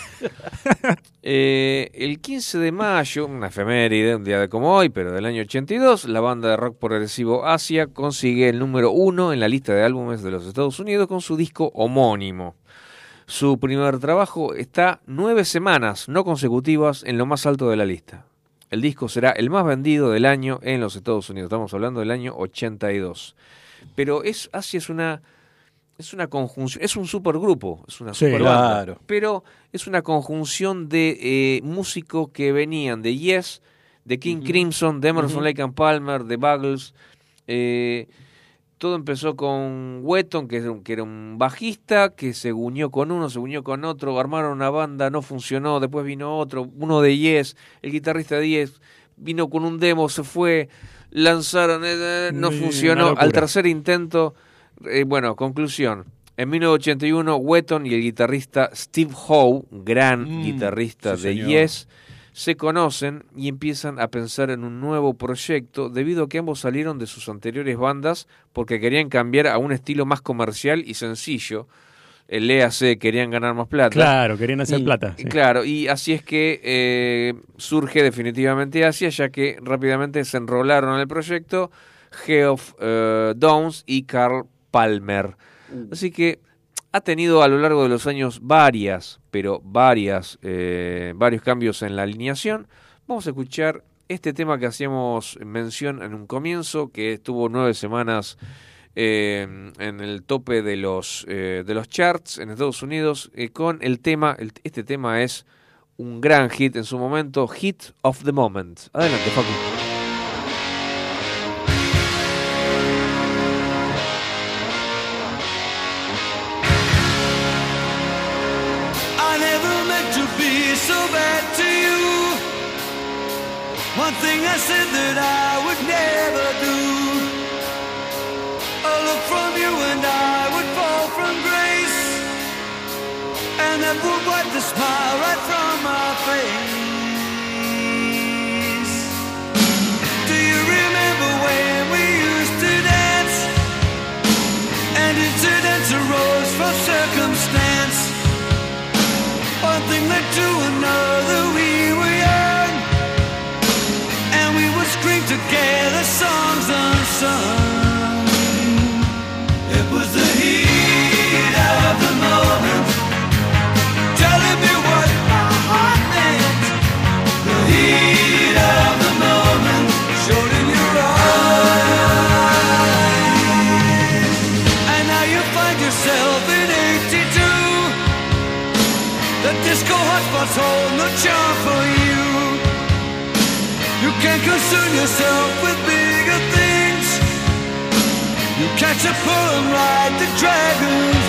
Eh, el quince de mayo, una efeméride, un día de como hoy, pero del año ochenta y dos, la banda de rock progresivo Asia consigue el número uno en la lista de álbumes de los Estados Unidos con su disco homónimo. Su primer trabajo está nueve semanas no consecutivas en lo más alto de la lista. El disco será el más vendido del año en los Estados Unidos. Estamos hablando del año ochenta y dos. Pero es, Asia es una, es una conjunción, es un supergrupo, es una Sí, superbanda, claro. pero es una conjunción de eh, músicos que venían de Yes, de King Crimson, de Emerson, Ujú. Lake and Palmer, de Buggles. Eh, todo empezó con Wetton, que era, un, que era un bajista, que se unió con uno, se unió con otro, armaron una banda, no funcionó, después vino otro, uno de Yes, el guitarrista de Yes, vino con un demo, se fue, lanzaron, eh, no Muy- funcionó, una locura. al tercer intento, eh, bueno, conclusión, en mil novecientos ochenta y uno Wetton y el guitarrista Steve Howe, gran Mm, guitarrista sí, de señor. Yes, se conocen y empiezan a pensar en un nuevo proyecto debido a que ambos salieron de sus anteriores bandas porque querían cambiar a un estilo más comercial y sencillo. El E A C querían ganar más plata. Claro, querían hacer Y- plata. sí. Claro, y así es que eh, surge definitivamente Asia, ya que rápidamente se enrolaron en el proyecto Geoff eh, Downes y Carl Palmer. Así que ha tenido a lo largo de los años varias, pero varias, eh, varios cambios en la alineación. Vamos a escuchar este tema que hacíamos mención en un comienzo, que estuvo nueve semanas eh, en el tope de los eh, de los charts en Estados Unidos, eh, con el tema, el- este tema es un gran hit en su momento, Hit of the Moment. Adelante, Facu. I never meant to be so bad to you. One thing I said that I would never do. A look from you and I would fall from grace, and that would wipe the smile right from my face. Do you remember when we used to dance, and incidents arose from circumstance? One thing led to another, we were young, and we would scream together songs unsung. It was the heat of the moment, telling me what my heart meant. The heat of the moment showed in your eyes, and now you find yourself in eighty-two. The disco hotspots hold no charm for you. You can't concern yourself with bigger things. You catch a pull and ride the dragon's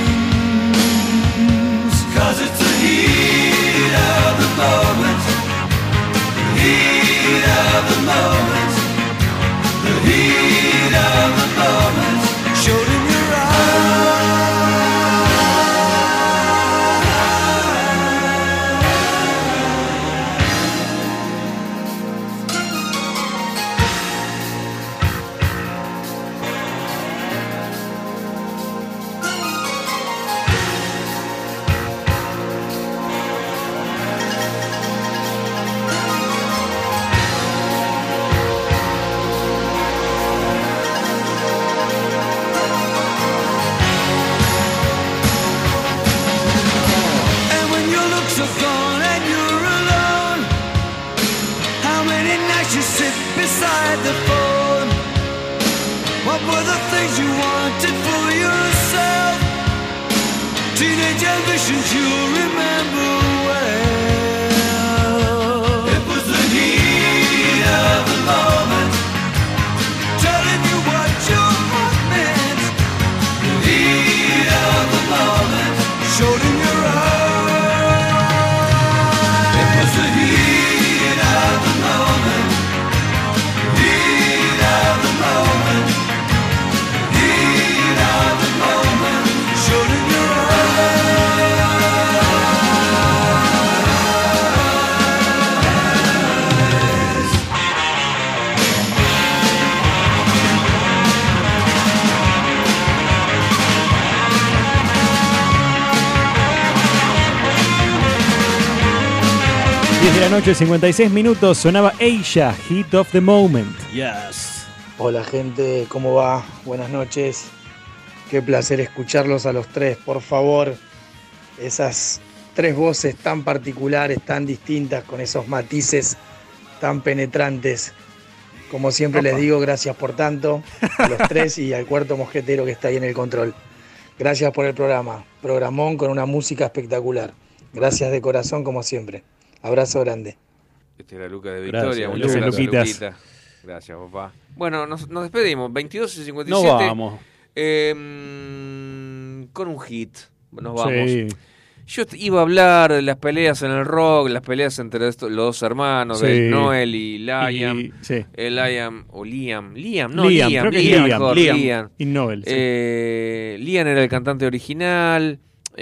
wings. Cause it's the heat of the moment. The heat of the moment. The heat of the moment showed in your eyes. And when your looks are gone and you're alone, how many nights you sit beside the phone? What were the things you wanted for yourself? Teenage ambitions you remember well. It was the heat of the moment, diez de la noche, cincuenta y seis minutos, sonaba Asia, Hit of the Moment. Yes. Hola gente, ¿cómo va? Buenas noches. Qué placer escucharlos a los tres, por favor. Esas tres voces tan particulares, tan distintas, con esos matices tan penetrantes. Como siempre les digo, gracias por tanto, a los tres y al cuarto mosquetero que está ahí en el control. Gracias por el programa, programón con una música espectacular. Gracias de corazón como siempre. Abrazo grande. Este era Luca de Victoria. Gracias, Muchas Luca. gracias, Luquitas. Luquita. Gracias, papá. Bueno, nos, nos despedimos. veintidós y cincuenta y Nos siete. vamos. Eh, mm, con un hit. Nos vamos. Sí. Yo t- iba a hablar de las peleas en el rock, las peleas entre estos, los dos hermanos, Sí. de Noel y Liam. Y- sí. Eh, Liam, o Liam. Liam, no, Liam, Liam. creo que es Liam, Liam. mejor, Liam. Liam. Y Noel, sí. Eh, Liam era el cantante original.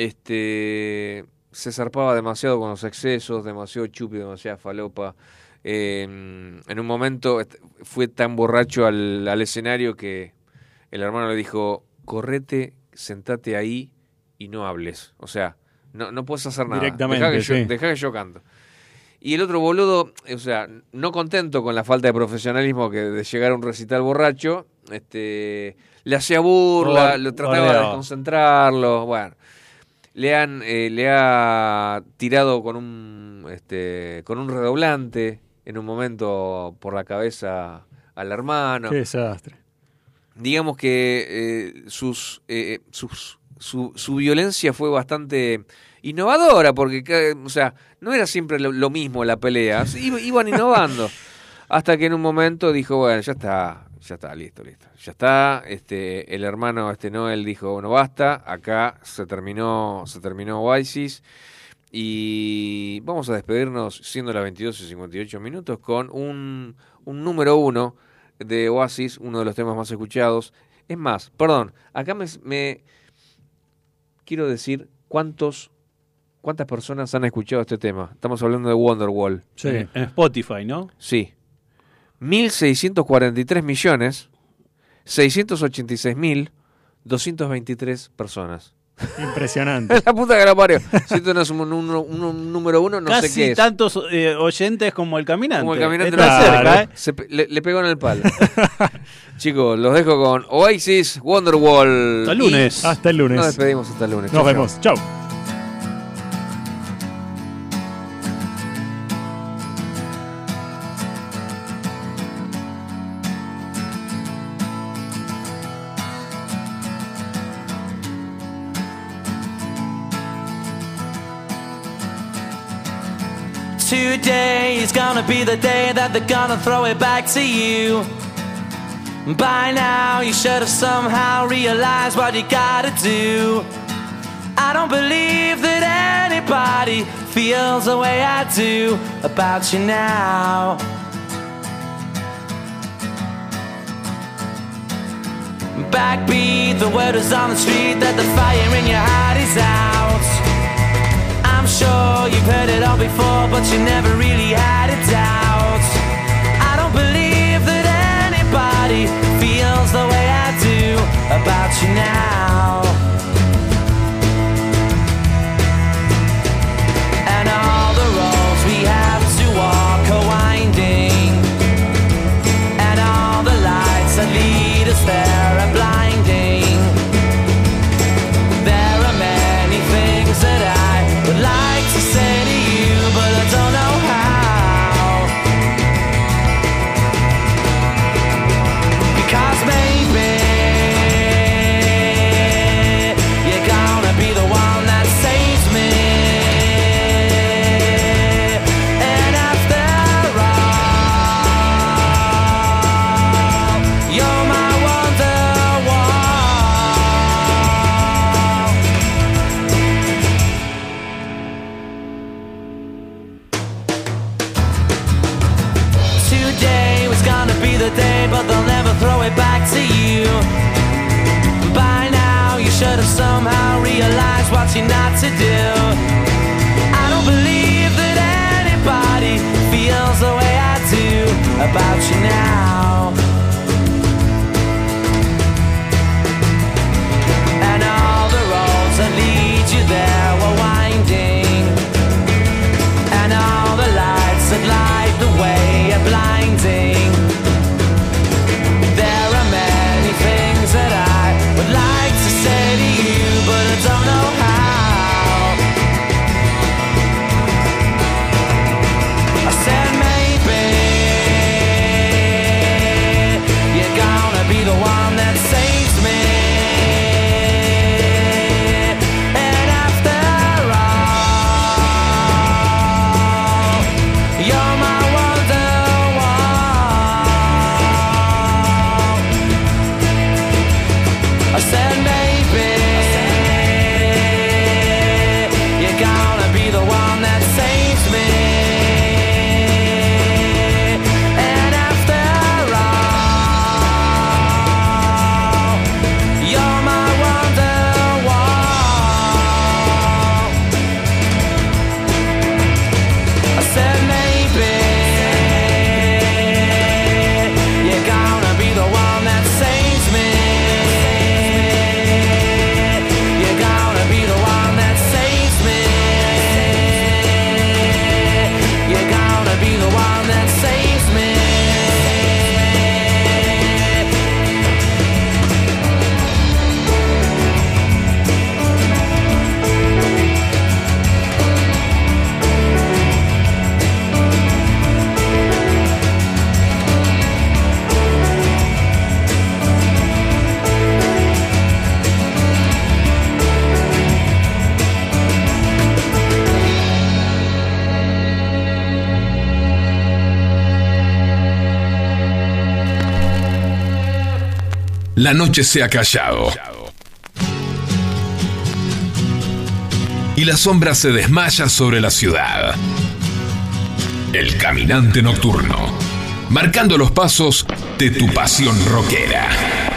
Este se zarpaba demasiado con los excesos, demasiado chupi, demasiada falopa. Eh, en un momento est- fue tan borracho al, al escenario que el hermano le dijo: correte, sentate ahí y no hables. O sea, no, no puedes hacer nada. Directamente, Dejá que, yo, sí. dejá que yo canto. Y el otro boludo, o sea, no contento con la falta de profesionalismo que de llegar a un recital borracho, este, le hacía burla, Bor- lo trataba de bordeaba. desconcentrarlo, bueno. Le han eh, le ha tirado con un este con un redoblante en un momento por la cabeza al hermano. Qué desastre. Digamos que eh, sus, eh, sus su, su violencia fue bastante innovadora porque ca- o sea, no era siempre lo, lo mismo la pelea, Iba- iban innovando hasta que en un momento dijo, bueno, ya está, ya está, listo, listo. Ya está, este el hermano este Noel dijo, bueno, basta, acá se terminó se terminó Oasis y vamos a despedirnos siendo las veintidós y cincuenta y ocho minutos con un un número uno de Oasis, uno de los temas más escuchados. Es más, perdón, acá me, me quiero decir cuántos cuántas personas han escuchado este tema. Estamos hablando de Wonderwall. Sí. En Spotify, ¿no? Sí. mil seiscientos cuarenta y tres millones seiscientos ochenta y seis mil doscientos veintitrés personas. Impresionante. La puta que la parió. Si esto no es un, un- un- un número uno, no Casi sé qué es. tantos eh, oyentes como el caminante. Como el caminante Está lo- cerca, ¿eh? Se pe- le, le pegó en el palo. Chicos, los dejo con Oasis, Wonderwall. Hasta el lunes. Y Hasta el lunes. Nos despedimos hasta el lunes. Nos Chau, chau. vemos. Chau. Today is gonna be the day that they're gonna throw it back to you. By now, you should have somehow realized what you gotta do. I don't believe that anybody feels the way I do about you now. Backbeat, the word is on the street that the fire in your heart is out. I'm sure you've heard it all before, but you never really had a doubt. I don't believe that anybody feels the way I do about you now. And all the roads we have to walk are winding, and all the lights that lead us there are blinding. There are many things that I would like to say to you, but I don't know how. Because maybe you're gonna be the one that saves me. And after all, you're my Wonderwall. Today was gonna be the day, but they'll never throw it back to you. By now, you should have somehow realized what you're not to do. I don't believe that anybody feels the way I do about you now. And all the roads that lead you there were winding, and all the lights la noche se ha callado y la sombra se desmaya sobre la ciudad. El caminante nocturno, marcando los pasos de tu pasión rockera.